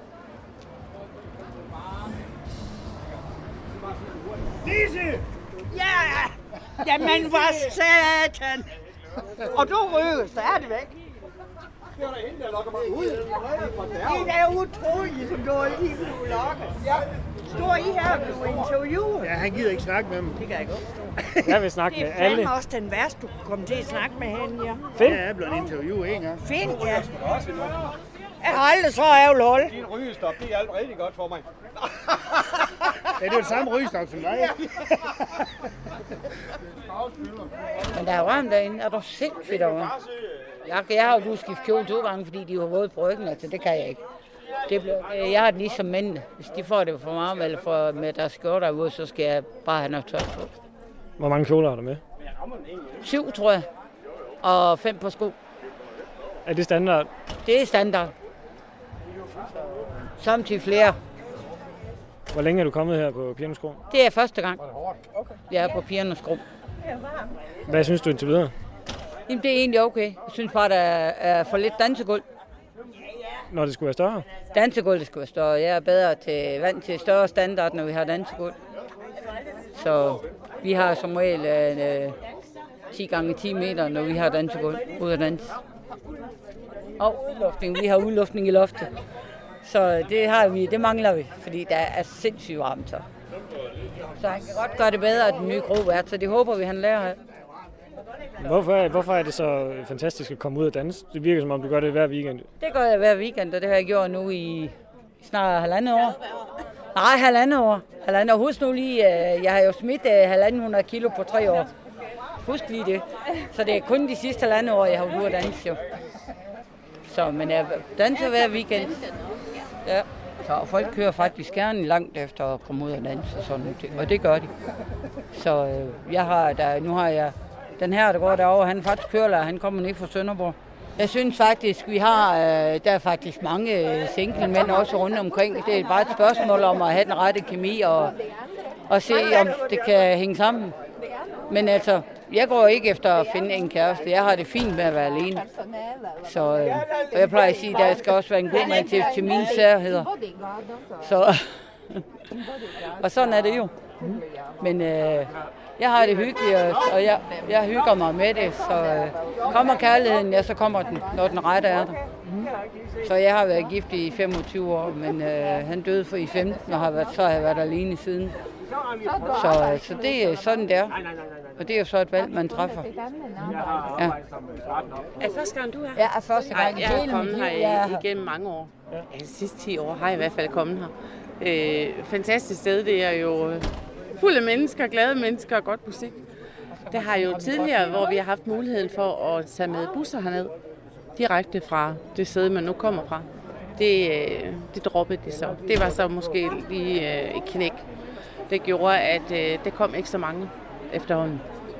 [SPEAKER 1] Lise!
[SPEAKER 16] Ja! Jamen, hvor satan! Og du ryger stadigvæk.
[SPEAKER 12] Det er der hende, der lokker mig ud.
[SPEAKER 16] Det er utroligt, som du har lige blevet lokket. Ja. Står I her og bliver interviewet?
[SPEAKER 1] Ja, han gider ikke snakke med dem.
[SPEAKER 16] Det kan jeg godt.
[SPEAKER 5] Jeg vil snakke med alle.
[SPEAKER 16] Det er også den værste, du kan komme til at snakke med hende, ja.
[SPEAKER 5] Finn?
[SPEAKER 1] Ja, jeg er blevet interviewet en gang.
[SPEAKER 16] Finn, ja. Jeg har aldrig så ærgerligt hold.
[SPEAKER 14] Din rygestop, det er alt rigtig godt for mig.
[SPEAKER 1] Ja, det er det samme rygestop som dig.
[SPEAKER 11] Men der er varmt derinde. Er du sindssygt derovre? Jeg har jo skiftet kjole 2 gange, fordi de var våde på ryggen, altså det kan jeg ikke. Jeg har det ligesom mændene. Hvis de får det for meget, eller for med deres skjorter ude, så skal jeg bare have noget tørt på.
[SPEAKER 5] Hvor mange kjoler har du med?
[SPEAKER 11] 7, tror jeg. Og 5 på sko.
[SPEAKER 5] Er det standard?
[SPEAKER 11] Det er standard. Samtidig flere.
[SPEAKER 5] Hvor længe er du kommet her på Pigernes Kro?
[SPEAKER 11] Det er første gang, jeg er på Pigernes Kro.
[SPEAKER 5] Hvad synes du indtil videre?
[SPEAKER 11] Jamen, det er egentlig okay. Jeg synes bare, der er for lidt dansegulv.
[SPEAKER 5] Når det skulle være større?
[SPEAKER 11] Dansegulv, det skulle være større. Jeg er bedre vant til større standard, når vi har dansegulv. Så vi har som regel 10 gange 10 meter, når vi har dansegulv ude at danse. Og udluftning. Vi har udluftning i loftet. Så det mangler vi, fordi der er sindssygt varmt så. Så han kan godt gøre det bedre, at den nye gro er, så det håber vi, han lærer af.
[SPEAKER 5] Hvorfor er det så fantastisk at komme ud og danse? Det virker som om, du gør det hver weekend.
[SPEAKER 11] Det gør jeg hver weekend, og det har jeg gjort nu i snart 1,5 år. Nej, 1,5 år. Husk nu lige, jeg har jo smidt 1,5 kilo på 3 år. Husk lige det. Så det er kun de sidste 1,5 år, jeg har været ude at danse jo. Så, men jeg danser hver weekend. Ja. Så folk kører faktisk gerne langt efter at komme ud og danse og sådan noget. Og det gør de. Så nu har jeg den her, der går derovre, han er faktisk kørelærer, han kommer ned fra Sønderborg. Jeg synes faktisk, der er faktisk mange single mænd også rundt omkring. Det er bare et spørgsmål om at have den rette kemi og se, om det kan hænge sammen. Men altså, jeg går ikke efter at finde en kæreste. Jeg har det fint med at være alene. Så, og jeg plejer at sige, at der skal også være en god mand til mine særheder. Så, og sådan er det jo. Men jeg har det hyggeligt, og jeg hygger mig med det. Så kommer kærligheden, ja, så kommer den, når den rette er der. Så jeg har været gift i 25 år, men han døde for i 15, og så har jeg været alene siden. Så det er sådan der. Og det er jo så et valg, man træffer. Ja.
[SPEAKER 17] Er det første gang, du er her?
[SPEAKER 11] Ja, er første gang.
[SPEAKER 17] Jeg er kommet her igennem mange år. Ja, de sidste 10 år har jeg i hvert fald kommet her. Fantastisk sted. Det er jo fuld af mennesker, glade mennesker og godt musik. Det har jo tidligere, hvor vi har haft muligheden for at tage med busser herned. Direkte fra det sted, man nu kommer fra. Det droppede de så. Det var så måske lige et knæk. Det gjorde, at det kom ikke så mange efterhånden.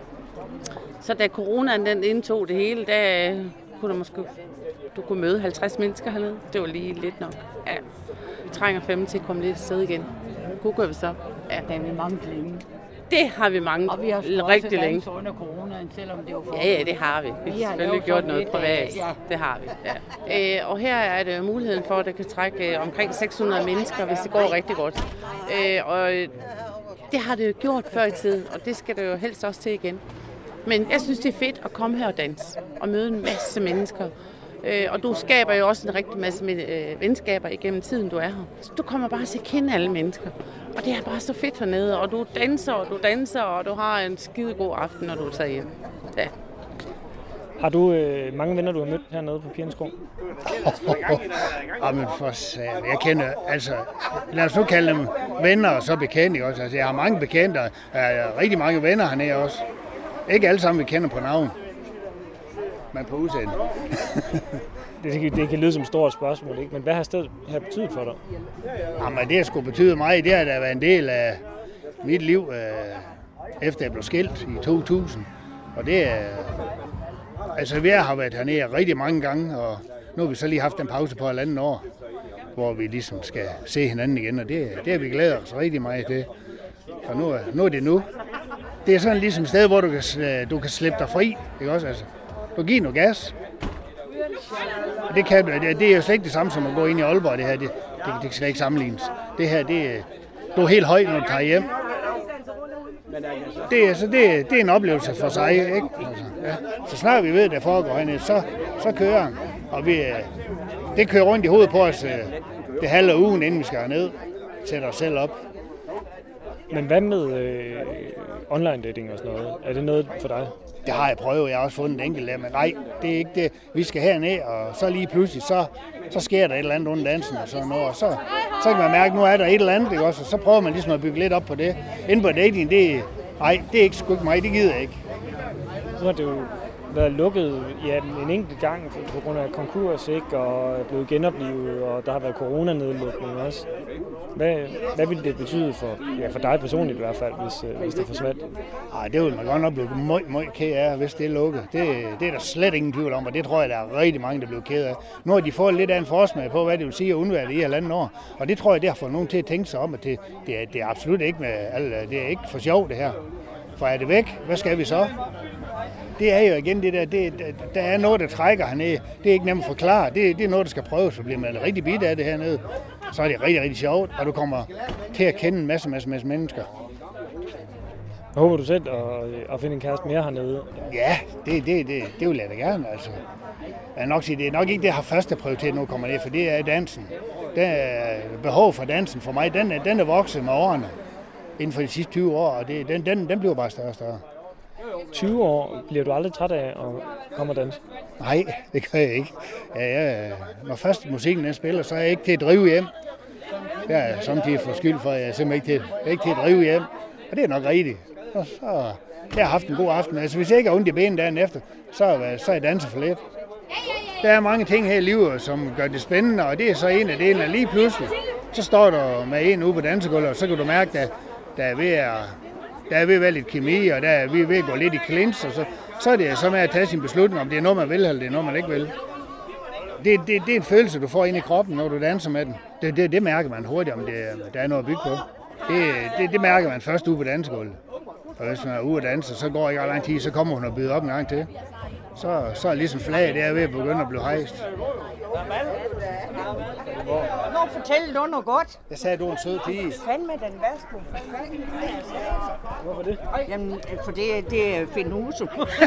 [SPEAKER 17] Så da coronaen den indtog det hele, der kunne du kunne møde 50 mennesker hernede. Det var lige lidt nok. Ja. Vi trænger 5 til at komme lidt sted igen. Kunne gør vi så. Ja.
[SPEAKER 11] Det er vi mange længe.
[SPEAKER 17] Det har vi mange
[SPEAKER 11] og vi har
[SPEAKER 17] rigtig længe.
[SPEAKER 11] Under coronaen, selvom det var
[SPEAKER 17] Ja, det har vi. Vi har selvfølgelig gjort noget privat. Ja. Det har vi. Ja. Og her er det muligheden for, at det kan trække omkring 600 mennesker, hvis det går rigtig godt. Og det har det jo gjort før i tiden, og det skal det jo helst også til igen. Men jeg synes, det er fedt at komme her og danse og møde en masse mennesker. Og du skaber jo også en rigtig masse venskaber igennem tiden, du er her. Så du kommer bare til at kende alle mennesker. Og det er bare så fedt hernede, og du danser, og du har en skide god aften, når du tager hjem. Ja.
[SPEAKER 5] Har du mange venner, du har mødt hernede på Pigernes Kro?
[SPEAKER 1] Men for jeg kender, altså, lad os nu kalde dem venner og så bekendte også. Altså, jeg har mange bekendte, og rigtig mange venner hernede også. Ikke alle sammen, vi kender på navn, men på udseende.
[SPEAKER 5] Det kan lyde som et stort spørgsmål, ikke? Men hvad har stedet her betydet for dig?
[SPEAKER 1] Jamen, det har sgu betydet mig. Det har da været en del af mit liv, efter jeg blev skilt i 2000. Og det er... Altså, vi har været hernede rigtig mange gange, og nu har vi så lige haft en pause på 1,5 år, hvor vi ligesom skal se hinanden igen, og det har vi glædet os rigtig meget til. Og nu er det nu. Det er sådan ligesom et sted, hvor du kan slippe dig fri, ikke også? Altså, du giver noget gas. Og det er jo slet ikke det samme som at gå ind i Aalborg, det her. Det skal ikke sammenlignes. Det her, du er helt høj, når du tager hjem. det er en oplevelse for sig, ikke? Altså, ja. Så snart vi ved, at det foregår hernede, så kører han. Og det kører rundt i hovedet på os det halve ugen, inden vi skal herned. Sætter os selv op.
[SPEAKER 5] Men hvad med online dating og sådan noget? Er det noget for dig?
[SPEAKER 1] Det har jeg prøvet. Jeg har også fundet en enkelt af, men nej, det er ikke det. Vi skal herned, og så lige pludselig, så sker der et eller andet under dansen og sådan noget. Og så kan man mærke, at nu er der et eller andet, ikke også? Og så prøver man ligesom at bygge lidt op på det. Inden på dating, det er ikke sgu ikke mig, det gider jeg ikke.
[SPEAKER 5] Nu har det jo været lukket en enkelt gang på grund af konkurs, ikke? Og er blevet genoplevet, og der har været coronanedlukning også. Hvad ville det betyde for dig personligt i hvert fald, hvis det forsvandt?
[SPEAKER 1] Ej, det ville man godt nok blive meget ked af, hvis det er lukket. Det er der slet ingen tvivl om, og det tror jeg, der er rigtig mange, der bliver ked af. Nu har de fået lidt af en forsmag på, hvad det vil sige at undvære det i 1,5 år. Og det tror jeg, det har fået nogen til at tænke sig om, at det er absolut ikke det er ikke for sjov, det her. For er det væk, hvad skal vi så? Det er jo igen det der er noget, der trækker hernede. Det er ikke nemt at forklare. Det er noget, der skal prøves, så bliver man rigtig bidt af det hernede. Så er det rigtig, rigtig sjovt, og du kommer til at kende en masse mennesker.
[SPEAKER 5] Håber du selv at finde en kæreste mere hernede?
[SPEAKER 1] Ja, det vil jeg da gerne, altså. Jeg nok sige, det er nok ikke det, jeg har første prioritet, nu kommer ned, for det er dansen. Behov for dansen for mig, den er vokset med årene inden for de sidste 20 år, og den bliver bare større og større.
[SPEAKER 5] 20 år, bliver du aldrig træt af at komme og danse?
[SPEAKER 1] Nej, det gør jeg ikke. Når først musikken den spiller, så er jeg ikke til at drive hjem. Det er jeg samtidig for skyld for, at jeg er simpelthen ikke til at drive hjem. Og det er nok rigtigt. Og så jeg har haft en god aften. Altså hvis jeg ikke har ondt i benen dagen efter, så er jeg danset for lidt. Der er mange ting her i livet, som gør det spændende, og det er så en af delene. Lige pludselig, så står der med en ude på dansegulvet, og så kan du mærke, at der er ved at være lidt kemi, og der er vi ved at gå lidt i clinch, og så er det så med at tage sin beslutning, om det er noget, man vil, eller det er noget, man ikke vil. Det er en følelse, du får ind i kroppen, når du danser med den. Det mærker man hurtigt, om der er noget at bygge på. Det mærker man først ude på dansegulvet. Og hvis man er ude at danse, så går ikke ret lang tid, så kommer hun og byder op en gang til. Så er ligesom flaget, det er ved at begynde at blive hejst.
[SPEAKER 16] Nu fortæller du noget godt.
[SPEAKER 1] Jeg sagde, du er en sød pige.
[SPEAKER 16] Fandme den værste.
[SPEAKER 5] Hvorfor det?
[SPEAKER 16] Jamen, for det er Finn Husum.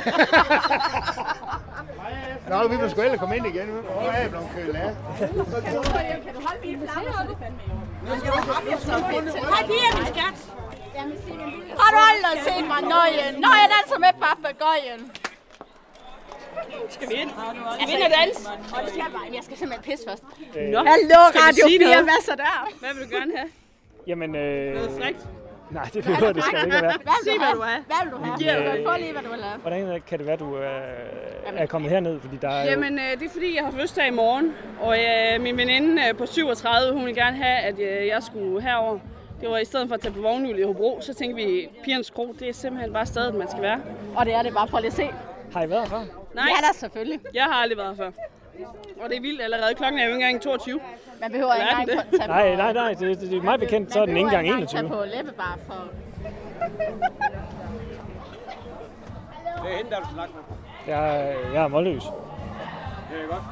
[SPEAKER 1] Nå, vi må sgu ellers komme ind igen. Hvor er jeg blevet kølet af?
[SPEAKER 18] Kan du holde min flamme? Hej, piger, min skat. Har du aldrig set mig nøgen? Når jeg danser med papagøjen. Skal vi ind? Skal vi ind og danse? Jeg skal simpelthen pisse først. Hallo, Radio 4, hvad så der? Hvad vil du gerne have?
[SPEAKER 5] Jamen,
[SPEAKER 18] noget frækt?
[SPEAKER 5] Nej, det behøver det skal ikke være.
[SPEAKER 18] Sig, hvad du have. Hvad vil du have? Få lige, hvad du vil have.
[SPEAKER 5] Hvordan kan det være, du er kommet herned? Fordi der er
[SPEAKER 19] Jamen, det er fordi, jeg har fødselsdag i morgen. Og min veninde på 37, hun ville gerne have, at jeg skulle herover. Det var i stedet for at tage på vognhjul i Hobro, så tænkte vi, Pigernes Kro, det er simpelthen bare stedet, man skal være.
[SPEAKER 18] Og det er det bare, prøv lige at se.
[SPEAKER 5] Har I været her før?
[SPEAKER 19] Nej.
[SPEAKER 18] Ja, da selvfølgelig.
[SPEAKER 19] Jeg har aldrig været her før. Og det er vildt allerede. Klokken er jo ikke engang 22.
[SPEAKER 18] Man behøver ikke engang tage
[SPEAKER 5] på... Nej, det er meget bekendt, så er den ikke engang 21.
[SPEAKER 18] Man behøver ikke engang tage på læbebar for...
[SPEAKER 14] Det er hende, der vil snakke med.
[SPEAKER 5] Jeg er målløs.
[SPEAKER 14] Det er godt.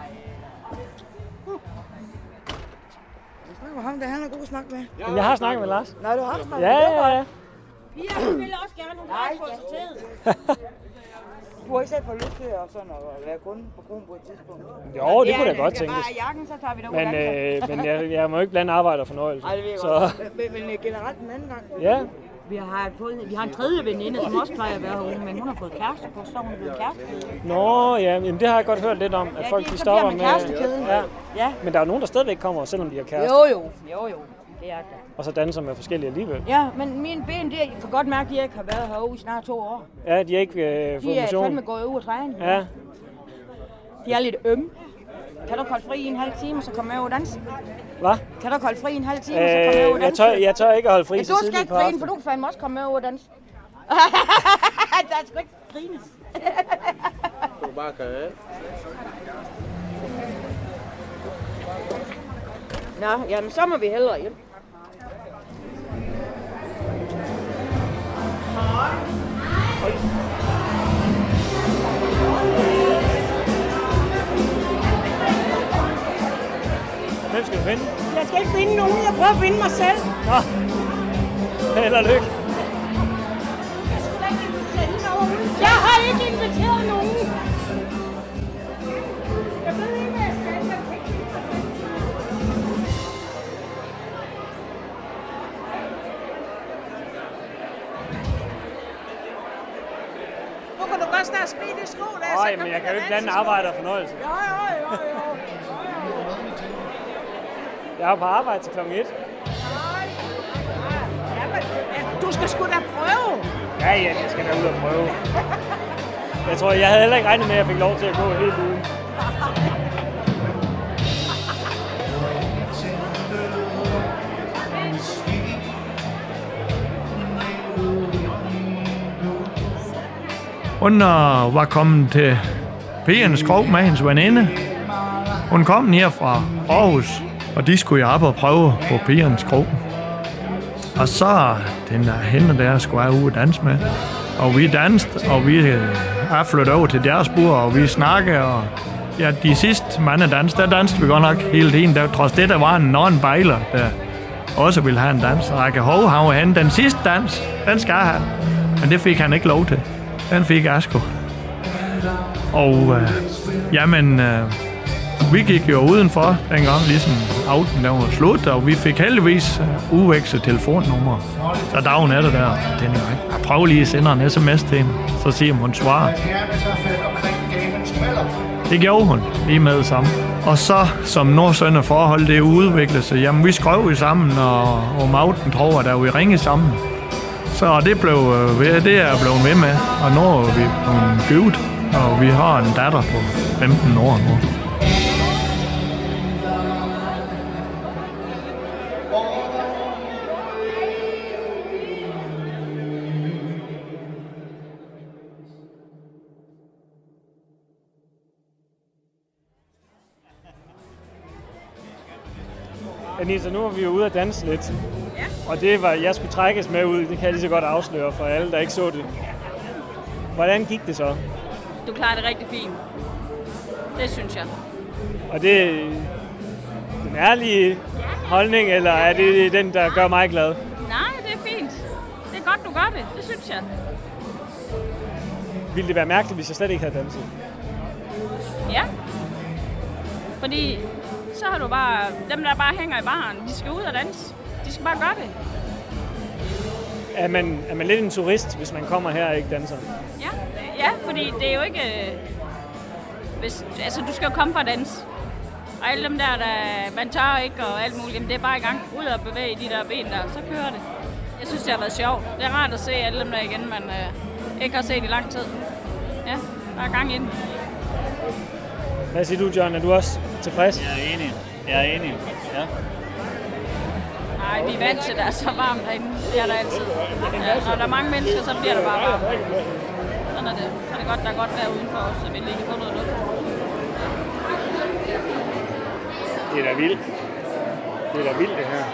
[SPEAKER 16] Ham, der han er god at snakke med.
[SPEAKER 5] Men jeg har snakket med Lars.
[SPEAKER 16] Nej, du har snakket med
[SPEAKER 5] Ja.
[SPEAKER 18] Pia, hun vil også gerne nogle få sig til.
[SPEAKER 16] Du har ikke selv fået lyst til at være kunde på kronen på et tidspunkt?
[SPEAKER 5] Jo, det kunne da godt tænkes.
[SPEAKER 16] Bare jakken, så tager vi derud.
[SPEAKER 5] Men jeg må ikke blande arbejde og fornøjelse.
[SPEAKER 16] Nej, det ved jeg godt. Men generelt en anden gang.
[SPEAKER 5] Ja.
[SPEAKER 18] Vi har en tredje veninde, som også plejer at være herude, men hun har fået kæreste på, så hun er blevet kæreste.
[SPEAKER 5] Nå, ja, jamen, det har jeg godt hørt lidt om, at folk de stopper med...
[SPEAKER 18] Ja.
[SPEAKER 5] Men der er jo nogen, der stadigvæk kommer, selvom de har kæreste.
[SPEAKER 18] Jo. Det er det.
[SPEAKER 5] Og så danser med forskellige alligevel.
[SPEAKER 18] Ja, men mine ben, jeg kan godt mærke, at de ikke har været herude i snart 2 år.
[SPEAKER 5] Ja, de har ikke fået motion.
[SPEAKER 18] De er fandme gået ud og træne.
[SPEAKER 5] Ja.
[SPEAKER 18] De er lidt ømme. Kan du holde fri i en halv time, så kommer jeg over og danse?
[SPEAKER 5] Hvad?
[SPEAKER 18] Kan du holde fri i en halv time, så kommer jeg over og danse?
[SPEAKER 5] Jeg tør ikke at holde fri
[SPEAKER 18] så tidligt på aftenen. Du skal ikke grine, for du kan fandme også komme med over og danse. Der er sgu ikke grines.
[SPEAKER 14] Du bare kan af.
[SPEAKER 18] Nå, jamen så må vi hellere hjem.
[SPEAKER 5] Hvem skal du finde?
[SPEAKER 16] Jeg skal ikke finde nogen, jeg prøver at finde mig selv.
[SPEAKER 5] Nå, held og lykke.
[SPEAKER 18] ikke inviteret nogen. Jeg ved ikke, hvad jeg skal.
[SPEAKER 16] Nu kan du godt snart smide det sko der.
[SPEAKER 5] Nej, men jeg kan jo ikke blande arbejde og fornøjelse.
[SPEAKER 16] Jo.
[SPEAKER 5] Jeg er på arbejde til kl. 1.
[SPEAKER 16] Du skal sgu da prøve.
[SPEAKER 5] Ja, jeg skal da ud og prøve. Jeg tror, jeg havde heller ikke regnet med, at jeg fik lov til at gå helt ugen.
[SPEAKER 3] Hun var kommet til Pigernes Krog med hendes veninde. Hun kom ned fra Aarhus, og de skulle op og prøve på Pigernes Krog. Og så den hende der skulle jeg ud og danse med. Og vi dansede, og vi er flyttet over til deres bord, og vi snakkede. Og ja, de sidste mandedans, der dansede vi godt nok hele tiden. Der, trods det, der var en non-bejler, der også ville have en dans. Og jeg kan huske, han var henne. Den sidste dans, den skal han. Men det fik han ikke lov til. Den fik jeg sgu. Og vi gik jo udenfor dengang, ligesom aftenen der var slut, og vi fik heldigvis udvekslet telefonnummer. Så dagen er det der, tænkte jeg prøv lige at sende en sms til hende, så siger hun svarer. Det gjorde hun lige med det samme. Og så, som nordsønne forhold, det udviklede sig, jamen vi skrev jo sammen, og om aftenen tror jeg, der vi ringede sammen. Så det er blevet ved med, og nu er vi blevet gift, og vi har en datter på 15 år nu.
[SPEAKER 5] Anita, nu var vi jo ude at danse lidt. Ja. Og det var, jeg skulle trækkes med ud, det kan jeg lige så godt afsløre for alle, der ikke så det. Hvordan gik det så?
[SPEAKER 6] Du klarer det rigtig fint. Det synes jeg.
[SPEAKER 5] Og det er den ærlige holdning, eller er det den, der gør mig glad?
[SPEAKER 6] Nej, det er fint. Det er godt, du gør det. Det synes jeg.
[SPEAKER 5] Ville det være mærkeligt, hvis jeg slet ikke havde danset?
[SPEAKER 6] Ja. Fordi så har du bare, dem der bare hænger i baren, de skal ud og danse. De skal bare gøre det.
[SPEAKER 5] Er man lidt en turist, hvis man kommer her og ikke danser?
[SPEAKER 6] Ja, fordi det er jo ikke... du skal jo komme for at danse. Og alle dem der man tør ikke og alt muligt, jamen det er bare i gang. Ud og bevæge de der ben der, så kører det. Jeg synes, det har været sjovt. Det er rart at se alle dem der igen, man ikke har set i lang tid. Ja, der er gang ind.
[SPEAKER 5] Hvad siger du, John? Er du også tilfreds?
[SPEAKER 4] Jeg er enig. Ja.
[SPEAKER 6] Nej, vi er vant til, at der er så varmt derinde. Det er der altid. Ja, når der er mange mennesker, så bliver det bare varmt. Sådan er det. Så er det godt, der er godt vejr udenfor os, så vi lige kan få noget luft.
[SPEAKER 10] Det er da vildt. Det her.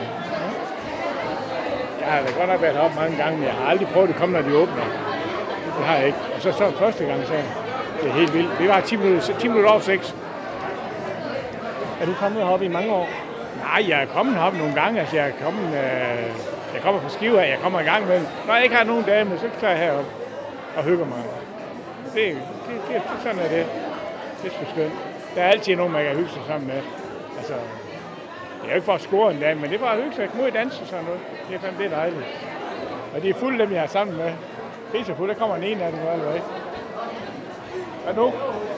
[SPEAKER 10] Jeg har da godt nok været heroppe mange gange, men jeg har aldrig prøvet at komme, når de åbner. Det har jeg ikke. Og så første gang, så det er helt vildt. Det var 10 minutter over 6.
[SPEAKER 5] Er du kommet heroppe i mange år?
[SPEAKER 10] Nej, jeg er kommet heroppe nogle gange. Altså, jeg kommer fra Skive af. Jeg kommer i gang med. Når jeg ikke har nogen dage med, så tager jeg herop og hygger mig. Det sådan er det. Det er sgu skønt. Der er altid nogen, man kan hygge sig sammen med. Altså, jeg er jo ikke for at score en dag, men det er bare at hygge sig. Jeg kommer ud i danse og sådan noget. Det er fandme dejligt. Og de er fulde dem, jeg er sammen med. Det er så fuldt. Der kommer en af dem allerede. Hvad nu?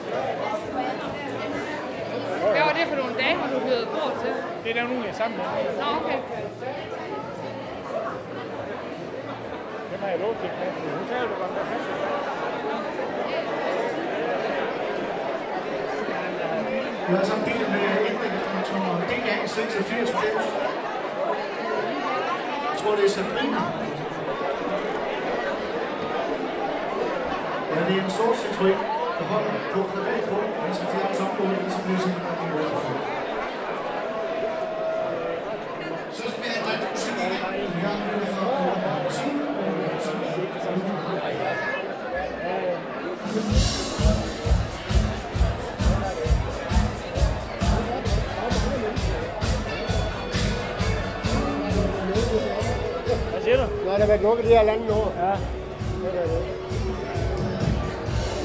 [SPEAKER 19] Hvad var det for nogle dage, hvor du høvede bord til?
[SPEAKER 10] Det er der nogen, jeg er sammen med.
[SPEAKER 19] Nå, okay.
[SPEAKER 10] Dem har jeg lov til. Nu tager du bare med.
[SPEAKER 12] Vi har så en bil med indlægningsdirektoren DA 86. Jeg tror, det er Sabrina. Ja, det er en sort Citroën, der holder på privat grund, men skal fjerne tombogen, så bliver simpelthen en rødforhold. Så skal vi have dansk musik igen. Vi har mulighed for at komme på musik.
[SPEAKER 5] Hvad siger du?
[SPEAKER 2] Nu har der været lukket det her landet år.
[SPEAKER 5] Ja.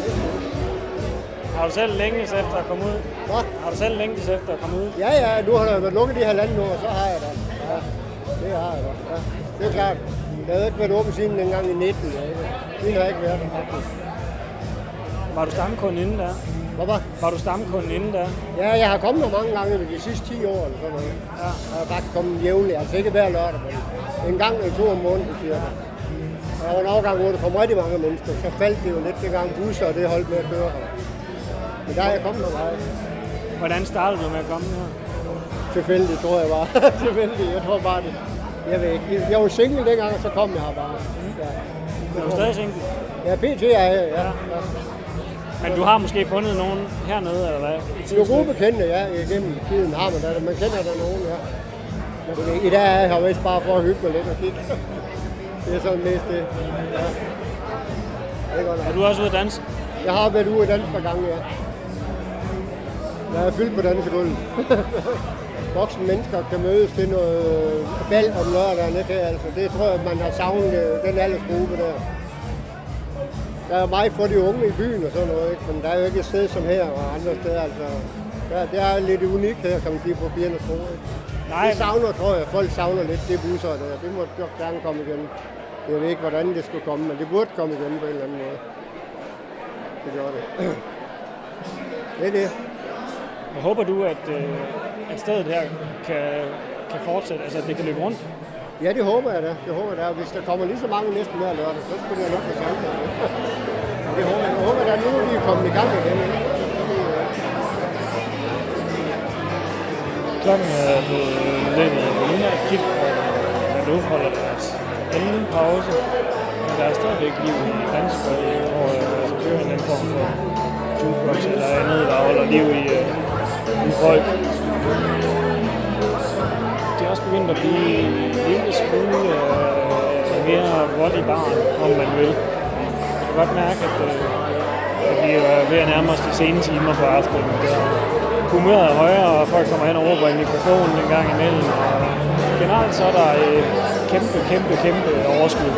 [SPEAKER 5] Har du selv længes efter at komme ud?
[SPEAKER 20] Hvad?
[SPEAKER 5] Har du selv længes efter at komme ud?
[SPEAKER 20] Ja, nu har der været lukket de halvanden år, så har jeg det. Ja, det har jeg da. Ja, det er klart. Jeg havde ikke været åben siden dengang i 19. Det har jeg ikke været der, faktisk.
[SPEAKER 5] Var du stamkunde inden der?
[SPEAKER 20] Hvad?
[SPEAKER 5] Var du stamkunde inden der?
[SPEAKER 20] Ja, jeg har kommet der mange gange de sidste 10 år eller sådan noget. Ja. Jeg har faktisk kommet jævnligt, altså ikke hver lørdag, men en gang eller 2 om måneden, cirka. Der var en afgang, hvor der kom rigtig mange mennesker, så faldt det jo lidt det gang busser, og det holdt med at køre her. Men der er jeg kommet der meget.
[SPEAKER 5] Hvordan startede du med at komme her?
[SPEAKER 20] Tilfældigt, tror jeg bare. Tilfældigt, jeg tror bare det. Jeg ved ikke. Jeg var single dengang, og så kom jeg her bare. Ja.
[SPEAKER 5] Er du stadig single?
[SPEAKER 20] Ja, PT er jeg, ja.
[SPEAKER 5] Men du har måske fundet nogen hernede, eller hvad?
[SPEAKER 20] Jo, gode bekendte, ja, igennem tiden har man der. Man kender der nogen, ja. Men i dag er jeg her vist bare for at hygge mig lidt og kigge. Det er sådan mest det. Ja.
[SPEAKER 5] Er du også ude at danse?
[SPEAKER 20] Jeg har været ude at danse par gange, ja. Jeg er fyldt på dansegulvet. Voksne mennesker kan mødes til noget bal om lørdagen, ikke? Altså, det tror jeg, man har savnet den aldersgruppe der. Der er meget for de unge i byen og sådan noget, ikke? Men der er jo ikke et sted som her og andre steder. Altså, det er lidt unikt her, kan man sige, på Birnes Kro. Nej. Det savner, tror jeg, folk savner lidt det busser der. Det må godt gerne komme igen. Jeg ved ikke, hvordan det skulle komme, men det burde komme igen på en eller anden måde. Det gør det. Det er det.
[SPEAKER 5] Jeg håber du, at stedet her kan fortsætte, altså at det kan løbe rundt?
[SPEAKER 20] Ja, det håber jeg da. Hvis der kommer lige så mange næsten hver lørdag, så skulle jeg nok have chance. Det håber jeg. Jeg håber, at nu er vi kommet i gang igen.
[SPEAKER 5] Klokken er lidt i Melina Kip, og nu holder deres anden pause. Men der er stadigvæk liv i Grænsborg, hvor der kører en anden form for jukebox eller andet, der holder liv i folk. Det er også begyndt at blive en lille smule mere vold i baren, om man vil. Jeg kan godt mærke, at vi er ved at nærme os de sene timer på aftenen. Humøret er højere, og folk kommer hen og råber i mikrofonen en gang imellem. Og generelt så er der kæmpe overskud.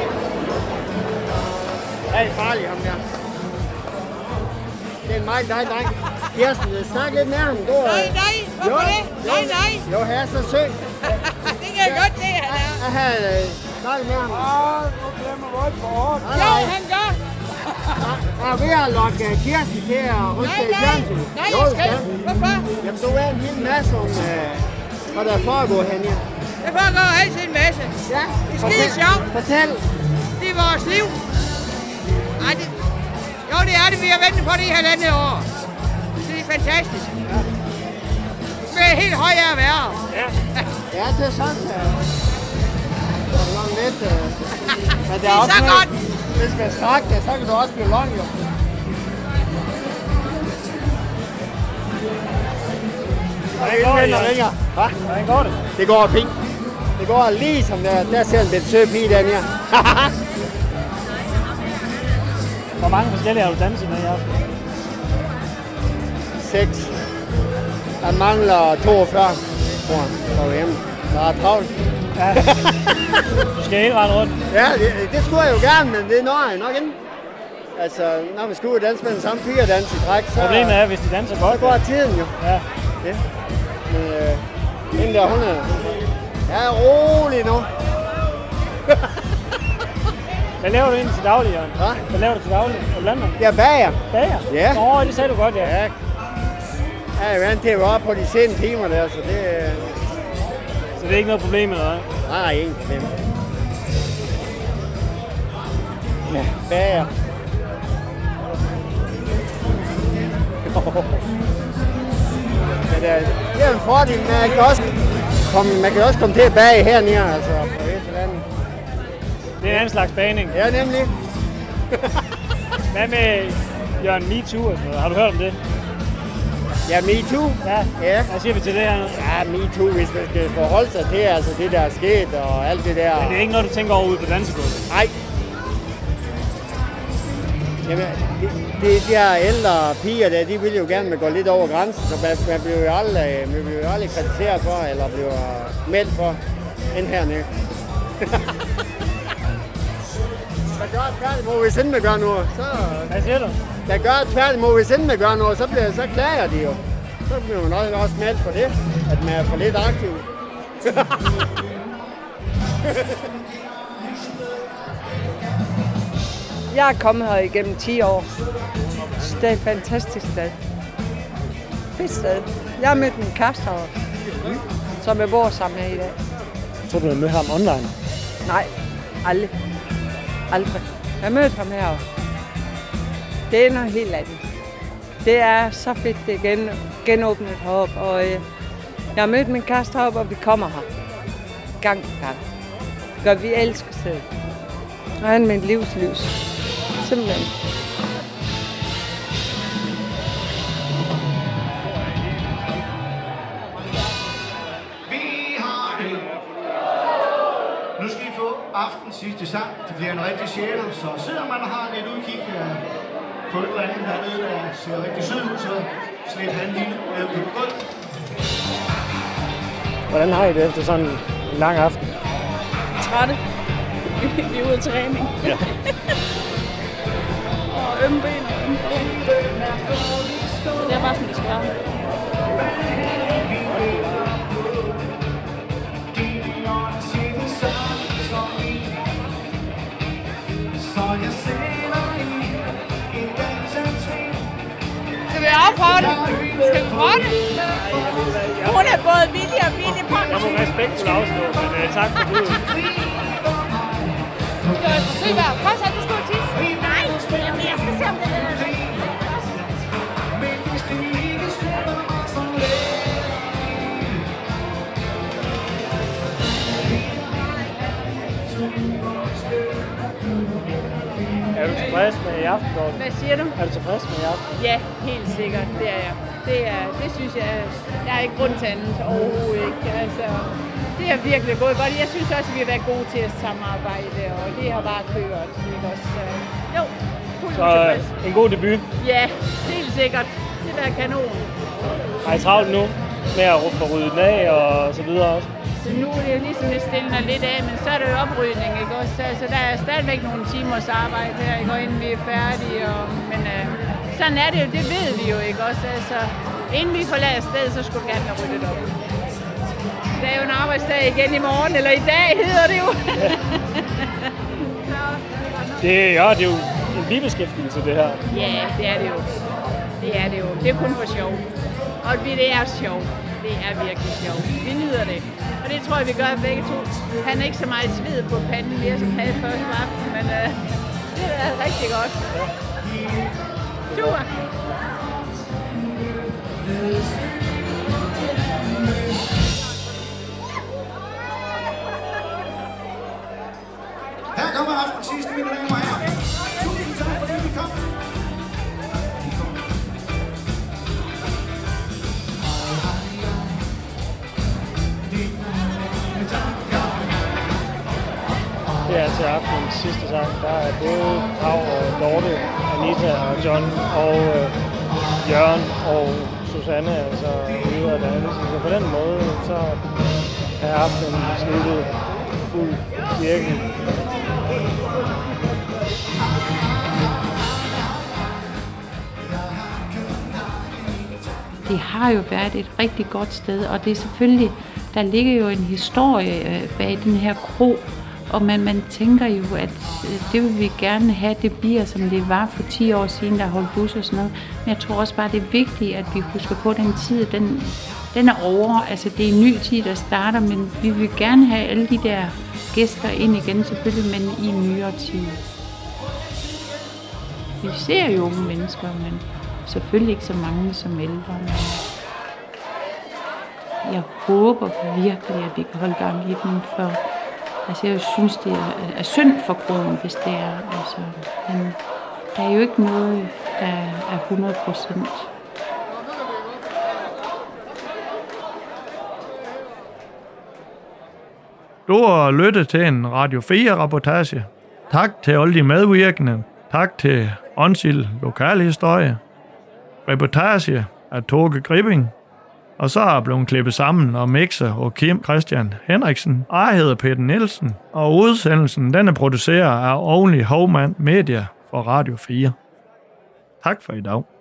[SPEAKER 20] Hey, farlig ham der. Det er en meget dejlig dreng. Kirsten, snak lidt med ham.
[SPEAKER 16] Nej, hvorfor det? Nej.
[SPEAKER 20] Jo, her er så sød.
[SPEAKER 16] Det kan jeg godt se, han er.
[SPEAKER 20] Jeg har snakket med ham.
[SPEAKER 16] Nu glemmer vold på hårdt. Jo, han gør.
[SPEAKER 20] Jeg er ved at lokke Kirsten til at ryste i fjernsyn.
[SPEAKER 16] Nej, jeg skal. Hvorfor?
[SPEAKER 20] Jamen, du er en hel masse om, hvad der foregår henne.
[SPEAKER 16] Der foregår altid en masse.
[SPEAKER 20] Ja.
[SPEAKER 16] Det er skide sjovt.
[SPEAKER 20] Fortæl.
[SPEAKER 16] Det er vores liv. Ej, jo, det er det. Vi har ventet på det i 1,5 år. Det er fantastisk. Ja. Det er helt højt af at være.
[SPEAKER 20] Ja, det er sådan. Det er nok lidt. Men
[SPEAKER 16] det er også så godt.
[SPEAKER 20] Hvis man strækker det, så kan du også blive lang, jo.
[SPEAKER 5] Hvordan går det?
[SPEAKER 20] Det går fint. Det går lige som der ser en lidt sød pige, den her.
[SPEAKER 5] Hvor mange forskellige har du danset med i aften?
[SPEAKER 20] 6. Der mangler 42, tror jeg, for hjemme. Der er travlt.
[SPEAKER 5] Ja. Du skal hele vejen rundt.
[SPEAKER 20] Ja, det skulle jeg jo gerne, men det når jeg nok ikke. Altså, når man skal ud og danse med den samme dans i træk, så...
[SPEAKER 5] Problemet er, hvis de danser godt.
[SPEAKER 20] Så går tiden jo.
[SPEAKER 5] Ja.
[SPEAKER 20] Men den der, hun er... Jeg er rolig nu.
[SPEAKER 5] Hvad laver du egentlig til daglig, Jørgen? Hvad laver du til daglig? Hvad blander du?
[SPEAKER 20] Jeg bager.
[SPEAKER 5] Bager?
[SPEAKER 20] Ja.
[SPEAKER 5] Det sagde du godt, ja.
[SPEAKER 20] Jeg er vant til at være på de sene timer der, så det...
[SPEAKER 5] Så det er ikke noget problem, eller hvad?
[SPEAKER 20] Nej, ingen problem. Ja, bager. Men det er en fordel, men man kan også komme til at bage hernede, altså på et eller andet.
[SPEAKER 5] Det er en anden slags bagning.
[SPEAKER 20] Ja, nemlig.
[SPEAKER 5] Hvad med Jørgen MeToo og sådan noget? Har du hørt om det?
[SPEAKER 20] Ja, MeToo? Ja.
[SPEAKER 5] Hvad siger vi til det her?
[SPEAKER 20] Ja, MeToo, hvis man skal forholde sig til altså det, der er sket og alt det der.
[SPEAKER 5] Men det er ikke noget, du tænker over ude på dansegulvet?
[SPEAKER 20] Nej. Jamen, de her ældre piger der, de vil jo gerne gå lidt over grænsen, så man bliver jo aldrig kritiseret for, eller bliver meldt for, end hernede. Man gør et færdigt, hvor hvis inden man gør noget, så...
[SPEAKER 5] Hvad siger du?
[SPEAKER 20] der gør tværtimod, hvis inden man gør noget, så klager de jo. Så bliver man også smalt for det, at man er for lidt aktiv.
[SPEAKER 21] Jeg er kommet her igennem 10 år. Det er et fantastisk sted. Fedt sted. Jeg har mødt min kæreste herovre, som jeg bor sammen med i dag.
[SPEAKER 5] Tror du, du har mødt ham online?
[SPEAKER 21] Nej, aldrig. Aldrig. Jeg har mødt ham herovre. Det er noget helt andet. Det er så fedt, det er genåbnet heroppe. Og jeg har mødt min kæreste heroppe, og vi kommer her. Gang på gang. Det gør, vi elsker stedet. Og han er mit livslys. Simpelthen.
[SPEAKER 12] Nu skal I få aftens sidste sang. Det bliver en rigtig sjæler, så sidder man og har lidt udkig på et eller andet dernede, der ser rigtig sød ud, så slæb han lige ned på gulvet.
[SPEAKER 5] Hvordan har I det efter sådan en lang aften?
[SPEAKER 19] Trætte. Vi er ude af træning.
[SPEAKER 5] Ja.
[SPEAKER 19] Og ømme ben og ømme ben. Så det er bare sådan, det skal være.
[SPEAKER 7] Skal vi afprøve det? Skal vi prøve det? Hun er både villig og villig på.
[SPEAKER 5] Jeg må respektfuldt afstå, men tak for budet.
[SPEAKER 7] Det var et forsøg værd. Kom så, du skulle tisse. Nej, jeg skal se om det er det.
[SPEAKER 5] Er du tilfreds med i aften, Dorte?
[SPEAKER 7] Hvad siger du?
[SPEAKER 5] Er du tilfreds med i aften?
[SPEAKER 7] Ja, helt sikkert. Det er jeg. Det synes jeg, der er ikke grund til andet overhovedet ikke. Altså, det er virkelig gået godt. Jeg synes også, at vi har været gode til at samarbejde, og det har bare kørt. Ikke også? Jo, fuldt tilfreds.
[SPEAKER 5] En god debut?
[SPEAKER 7] Ja, helt sikkert. Det der er kanon.
[SPEAKER 5] Har I travlt nu med at få ryddet den af og så videre også?
[SPEAKER 7] Så nu er det jo ligesom, det stiller lidt af, men så er det jo oprydning, ikke også? Så der er stadigvæk nogle timers arbejde her, ikke? Og inden vi er færdige, men sådan er det jo, det ved vi jo, ikke også? Altså, inden vi forlader stedet, så skulle vi gerne have ryddet op. Det er jo en arbejdsdag igen i morgen, eller i dag hedder det jo.
[SPEAKER 5] Det er jo en bibeskæftigelse, det her.
[SPEAKER 7] Ja, det er det jo. Det er det jo. Det er kun for sjov. Og det er sjov. Det er virkelig sjovt. Vi nyder det. Og det tror jeg, vi gør begge to. Han er ikke så meget sved på panden mere, som han havde første aften, men det er rigtig godt. Super!
[SPEAKER 12] Her kommer aftens sidste, mine damer og herrer. Tusind tak, fordi vi kom.
[SPEAKER 5] Det er altså aftenens sidste sang. Der er både Pau og Dorte, Anita og John og Jørgen og Susanne, altså ude af det. Så på den måde, så er aftenen sluttet fuld cirkel.
[SPEAKER 9] Det har jo været et rigtig godt sted, og det er selvfølgelig, der ligger jo en historie bag den her kro, og man tænker jo, at det vil vi gerne have, det bliver som det var for 10 år siden, der holdt bus og sådan noget. Men jeg tror også bare, det er vigtigt, at vi husker på den tid, den er over. Altså det er en ny tid, der starter, men vi vil gerne have alle de der gæster ind igen, selvfølgelig, men i en nyere tid. Vi ser jo unge mennesker, men selvfølgelig ikke så mange som ældre. Jeg håber virkelig, at vi kan holde gang i den, for altså, jeg synes, det er synd for kronen, hvis det er. Altså, men der er jo ikke noget, der er 100%.
[SPEAKER 3] Du har lyttet til en Radio 4-reportage. Tak til alle de medvirkende. Tak til Onsild Lokalhistorie. Reportage af Torge Gripping. Og så er blevet klippet sammen og mixer og Kim Christian Henriksen. Og jeg hedder Peter Nielsen. Og udsendelsen den er produceret af Only Hovman Media for Radio 4. Tak for i dag.